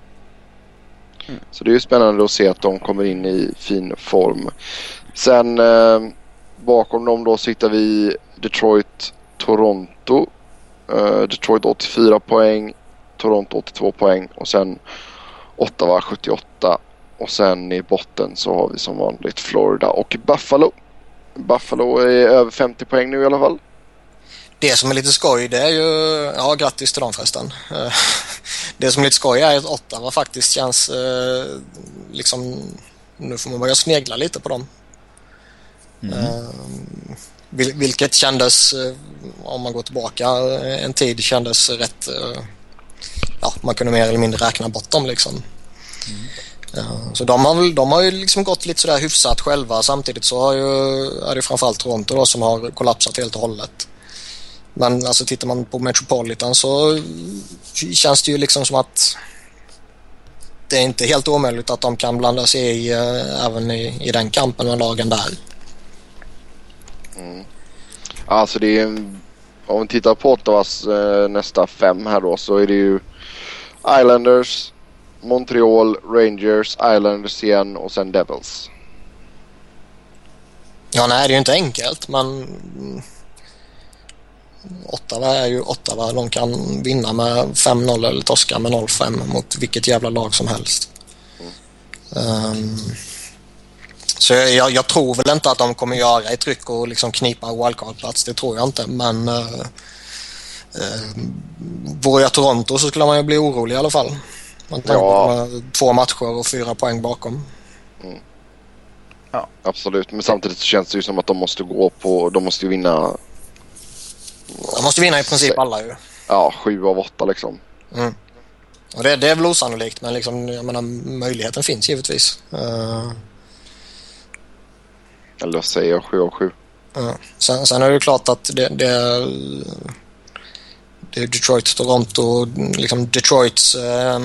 Så det är ju spännande att se att de kommer in i fin form. Sen bakom dem då sitter vi Detroit-Toronto. Detroit 84 poäng, Toronto 82 poäng och sen Ottawa 78. Och sen i botten så har vi som vanligt Florida och Buffalo. Buffalo är över 50 poäng nu i alla fall. Det som är lite skoj, det är ju... Ja, grattis till dem förresten. Det som är lite skoj är att Ottawa faktiskt känns liksom... Nu får man börja snegla lite på dem. Vilket kändes, om man går tillbaka en tid, kändes rätt... Ja, man kunde mer eller mindre räkna bort dem liksom. Så de har ju liksom gått lite sådär hyfsat själva. Samtidigt så är det framförallt Toronto då som har kollapsat helt och hållet. Men alltså tittar man på Metropolitan så känns det ju liksom som att det är inte helt omöjligt att de kan blanda sig i även i den kampen med lagen där. Alltså det är, om vi tittar på Ottawas nästa 5 här då, så är det ju Islanders, Montreal, Rangers, Islanders igen och sen Devils. Ja, nej, det är ju inte enkelt, men Ottawa är ju Ottawa. De kan vinna med 5-0 eller torska med 0-5 mot vilket jävla lag som helst. Så jag tror väl inte att de kommer göra ett tryck och liksom knipa en wildcard-plats. Det tror jag inte, men vore jag Toronto så skulle man ju bli orolig i alla fall. Man tänker 2 matcher och 4 poäng bakom. Ja, absolut. Men samtidigt känns det ju som att de måste gå på... De måste ju vinna... De måste vinna i princip alla ju. Ja, 7 av 8 liksom. Och det är väl osannolikt, men liksom, jag menar, möjligheten finns givetvis. Eller säger jag 7 av 7. Sen är det klart att det är Detroit, Toronto, liksom Detroits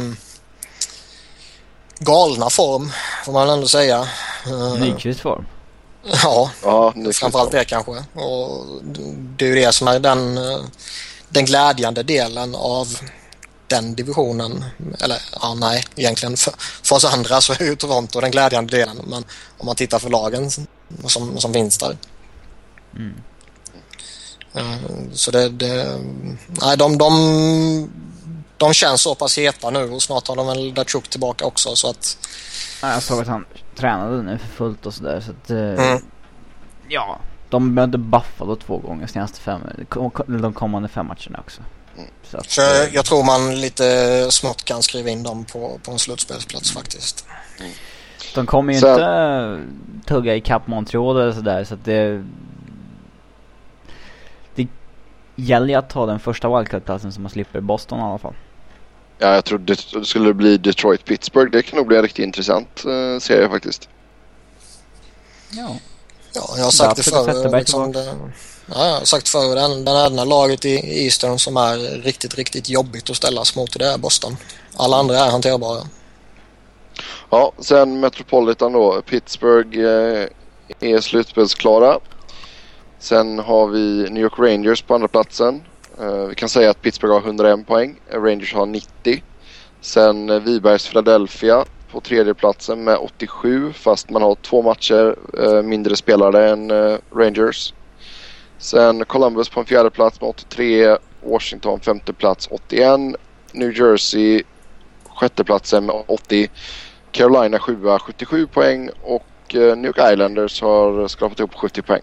galna form, får man ändå säga. Nyqvist form. Ja, framförallt det kanske. Och det är ju det som är den glädjande delen av den divisionen. Eller, ja, nej, egentligen för oss andra så är ju Toronto den glädjande delen. Men om man tittar för lagen som finns där. Så nej, de känns så pass heta nu och snart har de väl Datsjuk tillbaka också, så att... Jag såg att han tränade nu för fullt och sådär, så att ja, de mötte Buffalo 2 gånger senaste de kommande 5 matcherna också. Så jag tror man lite smått kan skriva in dem på en slutspelsplats faktiskt. De kommer ju inte tugga i kapp Montreal eller sådär, så att det gäller ju att ta den första wildcard-platsen så man slipper Boston i alla fall. Ja, jag tror det skulle bli Detroit-Pittsburgh. Det kan nog bli en riktigt intressant serie faktiskt. Ja, jag har sagt det förr. Liksom jag har sagt förr, den enda laget i Eastern som är riktigt, riktigt jobbigt att ställas mot, det är Boston. Alla andra är hanterbara. Ja, sen Metropolitan då. Pittsburgh är slutspelsklara. Sen har vi New York Rangers på andra platsen. Vi kan säga att Pittsburgh har 101 poäng. Rangers har 90. Sen Vibergs Philadelphia på tredje platsen med 87, fast man har 2 matcher mindre spelare än Rangers. Sen Columbus på en fjärde plats med 83, Washington femte plats 81, New Jersey sjätte platsen med 80, Carolina 7 77 poäng och New York Islanders har skrapat ihop 70 poäng.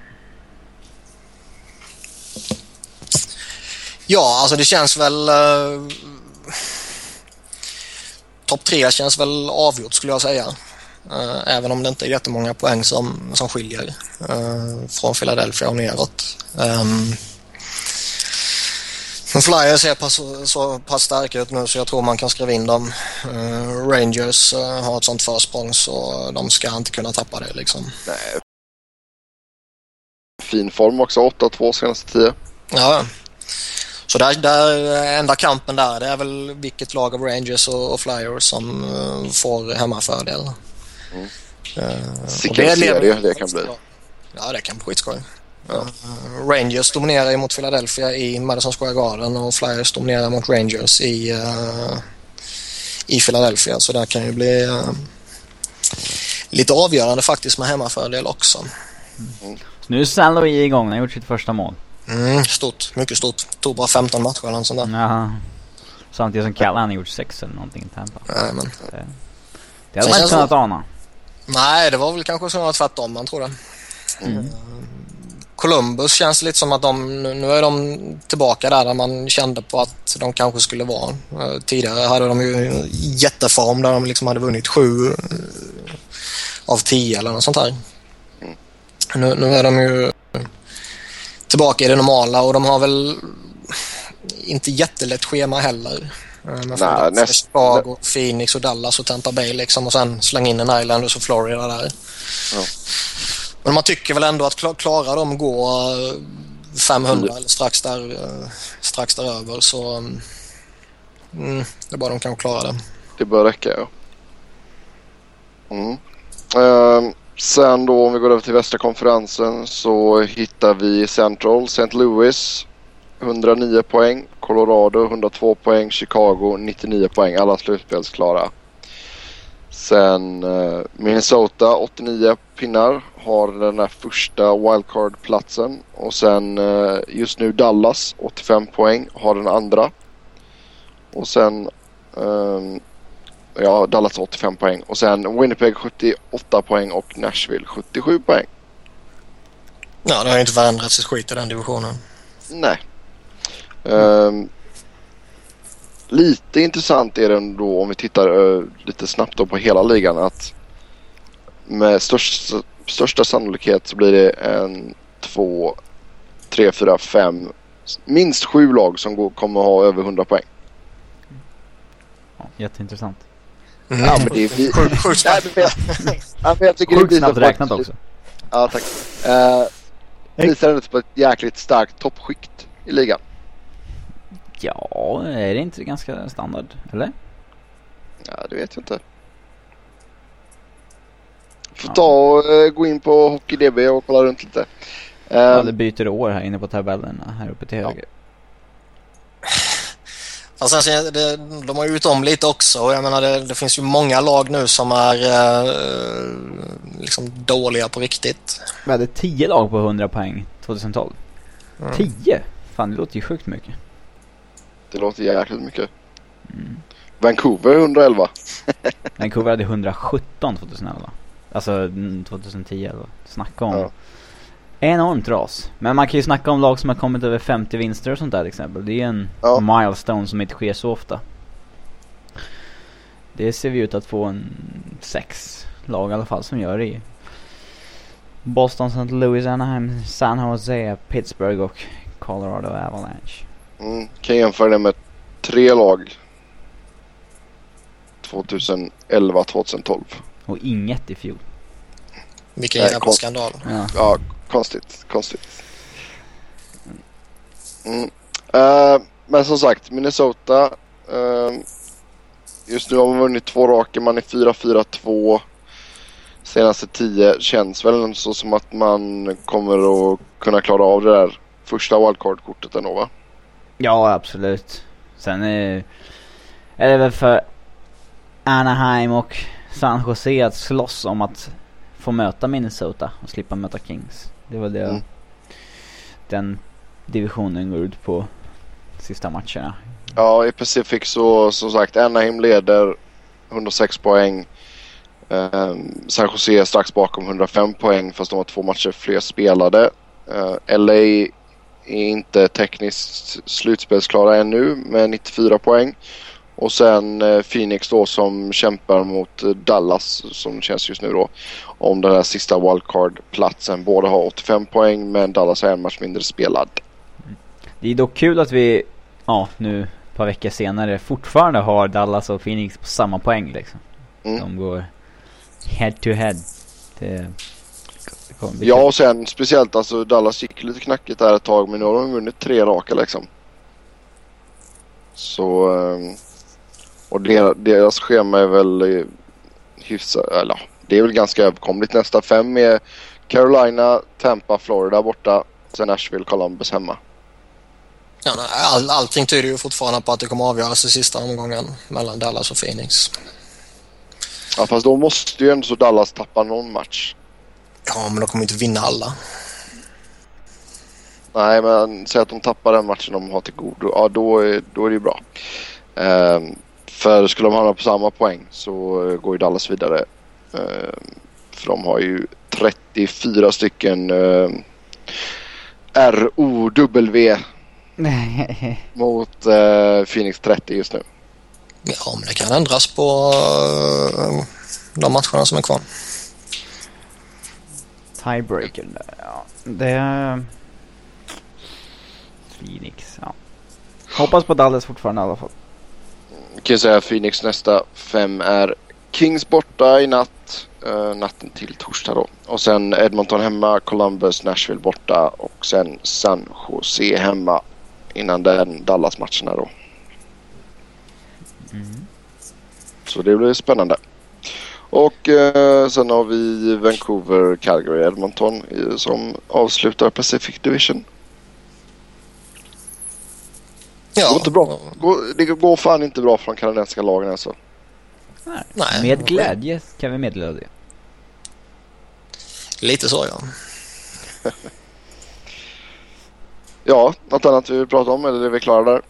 Ja, alltså det känns väl... topp 3 känns väl avgjort skulle jag säga. Även om det inte är jättemånga poäng som skiljer från Philadelphia och neråt. Flyers är så pass starka ut nu så jag tror man kan skriva in dem. Rangers har ett sånt försprång så de ska inte kunna tappa det liksom. Nej. Fin form också, 8-2 senaste 10. Ja. Så där enda kampen där, det är väl vilket lag av Rangers och Flyers som får hemmafördel. Vilken serie det kan bli. Ja, det kan bli skitskoj. Ja. Rangers dominerar ju mot Philadelphia i Madison Square Garden och Flyers dominerar mot Rangers i Philadelphia. Så där kan ju bli lite avgörande faktiskt med hemmafördel också. Så nu är San Louis igång, han har gjort sitt första mål. Stort, mycket stort. Tog bara 15 matcher eller sånt där. Ja. Samtidigt som Callahan har gjort 6 eller någonting i Tampa. Nej, men det hade man inte kunnat ana. Nej, det var väl kanske snarare tvärtom, man tror det. Columbus känns lite som att nu är de tillbaka där man kände på att de kanske skulle vara. Tidigare hade de ju jätteform där de liksom hade vunnit 7 av 10 eller något sånt här. Nu är de ju tillbaka i det normala och de har väl inte jättelätt schema heller. Nej, Chicago, Phoenix och Dallas och Tampa Bay liksom, och sen släng in en Islanders och Florida där. Ja. Men man tycker väl ändå att klarar de gå 500 eller strax däröver så det är bara de kan klara det. Det bör räcka, ja. Sen då om vi går över till västra konferensen så hittar vi Central, St. Louis 109 poäng, Colorado 102 poäng, Chicago 99 poäng, alla slutspelsklara. Sen Minnesota 89 pinnar, har den här första wildcard-platsen. Och sen just nu Dallas 85 poäng, har den andra. Och sen Dallas 85 poäng. Och sen Winnipeg 78 poäng och Nashville 77 poäng. Ja, det har ju inte förändrats ett skit i den divisionen. Nej. Lite intressant är det ändå om vi tittar lite snabbt då på hela ligan att med största sannolikhet så blir det 1, 2, 3, 4, 5 minst 7 lag som kommer ha över 100 poäng. Ja, jätteintressant. Ja, men det är sjukt snabbt. Jag tycker sjukt snabbt räknat också. Ja, tack. Visar det på ett jäkligt starkt toppskikt i ligan. Ja, är det inte ganska standard, eller? Ja, det vet jag inte. Får ta och gå in på HockeyDB och kolla runt lite. Ja, det byter år här inne på tabellerna här uppe till höger. Alltså, de har ju gjort om lite också. Jag menar, det finns ju många lag nu som är liksom dåliga på riktigt. Vi hade 10 lag på 100 poäng 2012. 10? Fan, det låter ju sjukt mycket. Det låter jäkligt mycket. Vancouver 111. Vancouver hade 117 2011. Alltså 2010 då. Snacka om enormt ras. Men man kan ju snacka om lag som har kommit över 50 vinster och sånt där till exempel. Det är en milestone som inte sker så ofta. Det ser vi ut att få en 6 lag i alla fall som gör det. Boston, St. Louis, Anaheim, San Jose, Pittsburgh och Colorado Avalanche. Kan jämföra det med 3 lag 2011-2012. Och inget i fjol. Vilken jävla skandal. Ja, konstigt. Men som sagt, Minnesota just nu har man vunnit 2 raka. Man är 4-4-2 senaste 10. Känns väl så som att man kommer att kunna klara av det där första wildcard-kortet ändå, va? Ja, absolut. Sen är det väl för Anaheim och San Jose att slåss om att få möta Minnesota och slippa möta Kings. Det var det den divisionen går ut på sista matcherna. Ja, i Pacific så som sagt Anaheim leder 106 poäng. San Jose är strax bakom 105 poäng fast de har 2 matcher fler spelade. LA är inte tekniskt slutspelsklara ännu med 94 poäng. Och sen Phoenix då som kämpar mot Dallas som känns just nu då om den här sista wildcard-platsen. Båda har 85 poäng men Dallas har en match mindre spelad. Det är dock kul att vi nu ett par veckor senare fortfarande har Dallas och Phoenix på samma poäng liksom. De går head to head. Ja, och sen speciellt alltså Dallas gick lite knackigt där ett tag men nu har de vunnit 3 raka liksom. Så och deras schema är väl hyfsat, eller det är väl ganska överkomligt. Nästa 5 är Carolina, Tampa, Florida borta, sen Nashville, Columbus hemma. Ja, allting tyder ju fortfarande på att det kommer avgöras i sista omgången mellan Dallas och Phoenix. Ja, fast då måste ju ändå så Dallas tappa någon match. Ja, men de kommer inte vinna alla. Nej, men säg att de tappar den matchen de har till god. Ja, då är det ju bra. För skulle de hamna på samma poäng så går ju Dallas vidare. För de har ju 34 stycken ROW mot Phoenix 30 just nu. Ja, men det kan ändras på de matcherna som är kvar. Tiebreaker där, ja. Det är Phoenix, ja. Hoppas på Dallas fortfarande i alla fall. Kan jag säga att Phoenix nästa 5 är Kings borta i natt. Natten till torsdag då. Och sen Edmonton hemma, Columbus, Nashville borta och sen San Jose hemma innan den Dallas-matcherna då. Så det blir spännande. Och sen har vi Vancouver, Calgary, Edmonton som avslutar Pacific Division. Ja. Det går inte bra. Det går fan inte bra från kanadensiska lagen alltså. Nej. Med glädje kan vi meddela det. Lite så, ja. Ja, något annat vi vill prata om eller är vi klara där?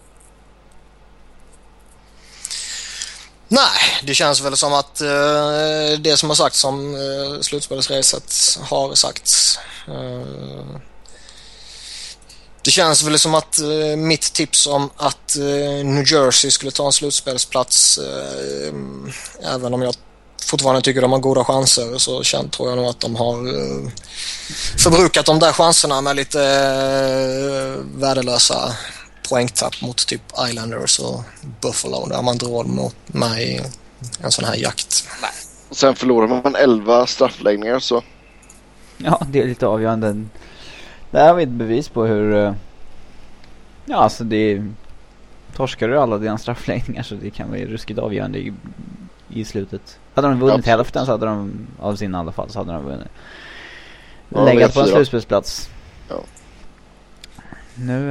Nej, det känns väl som att det som har sagts om slutspelsracet har sagts. Det känns väl som att mitt tips om att New Jersey skulle ta en slutspelsplats, även om jag fortfarande tycker de har goda chanser, så tror jag nog att de har förbrukat de där chanserna med lite värdelösa poängtapp mot typ Islanders och Buffalo där man drar mot mig i en sån här jakt. Nej. Och sen förlorar man 11 straffläggningar så. Ja, det är lite avgörande. Det här är ett bevis på hur alltså det torskar du alla dina straffläggningar så det kan vara ruskigt avgörande i slutet. Hade de vunnit hälften så hade de av sin i alla fall så hade de vunnit. Läggat på en slutspelsplats. Ja. Nu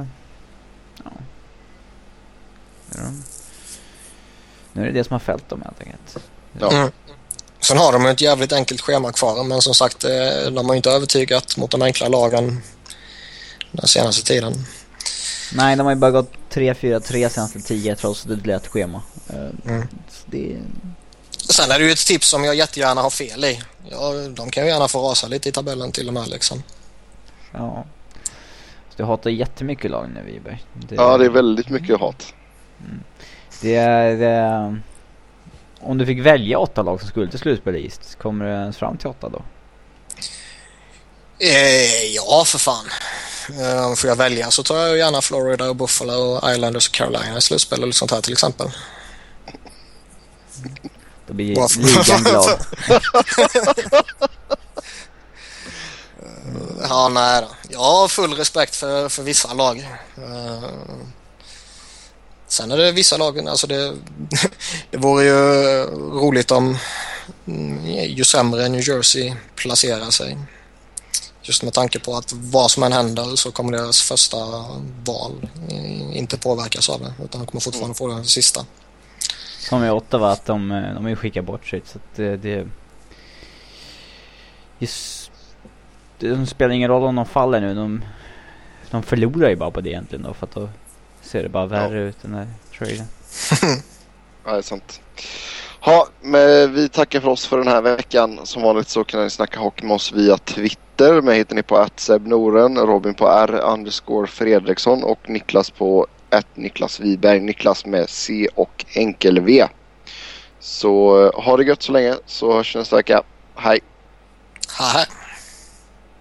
nu är det som har fällt dem helt enkelt. Ja. Sen har de ett jävligt enkelt schema kvar, men som sagt de har inte övertygat mot de enkla lagen den senaste tiden. Nej, de har ju bara gått 3-4-3 senaste 10 trots ett lätt schema. Sen är det ju ett tips som jag jättegärna har fel i. Ja, de kan ju gärna få rasa lite i tabellen till och med liksom. Ja. Så du hatar jättemycket lag nu, Wiberg. Ja, det är väldigt mycket hat. Det är om du fick välja 8 lag som skulle till slutspel i East, kommer du ens fram till 8 då? Ja, för fan. Får jag välja så tar jag gärna Florida och Buffalo och Islanders och Carolina i slutspel eller sånt här till exempel. Då blir ligan glad. Ja, nej då. Jag har full respekt för vissa lag. Sen är det vissa lag, alltså det vore ju roligt om ju sämre New Jersey placerar sig. Just med tanke på att vad som än händer så kommer deras första val inte påverkas av det, utan de kommer fortfarande få det sista. som i Ottawa att de vill skicka bort sig. Så att det spelar ingen roll om de faller nu. De förlorar ju bara på det egentligen då, för att då ser det bara värre ut den här traden. Ja, det är sant. Ja, men vi tackar för oss för den här veckan. Som vanligt så kan ni snacka hockey med oss via Twitter. Mig hittar ni på @sebnoren, Robin på R_Fredriksson och Niklas på @NiklasWiberg. Niklas med C och enkel V. Så ha det gött så länge, så hörs nästa vecka. Hej! Hej!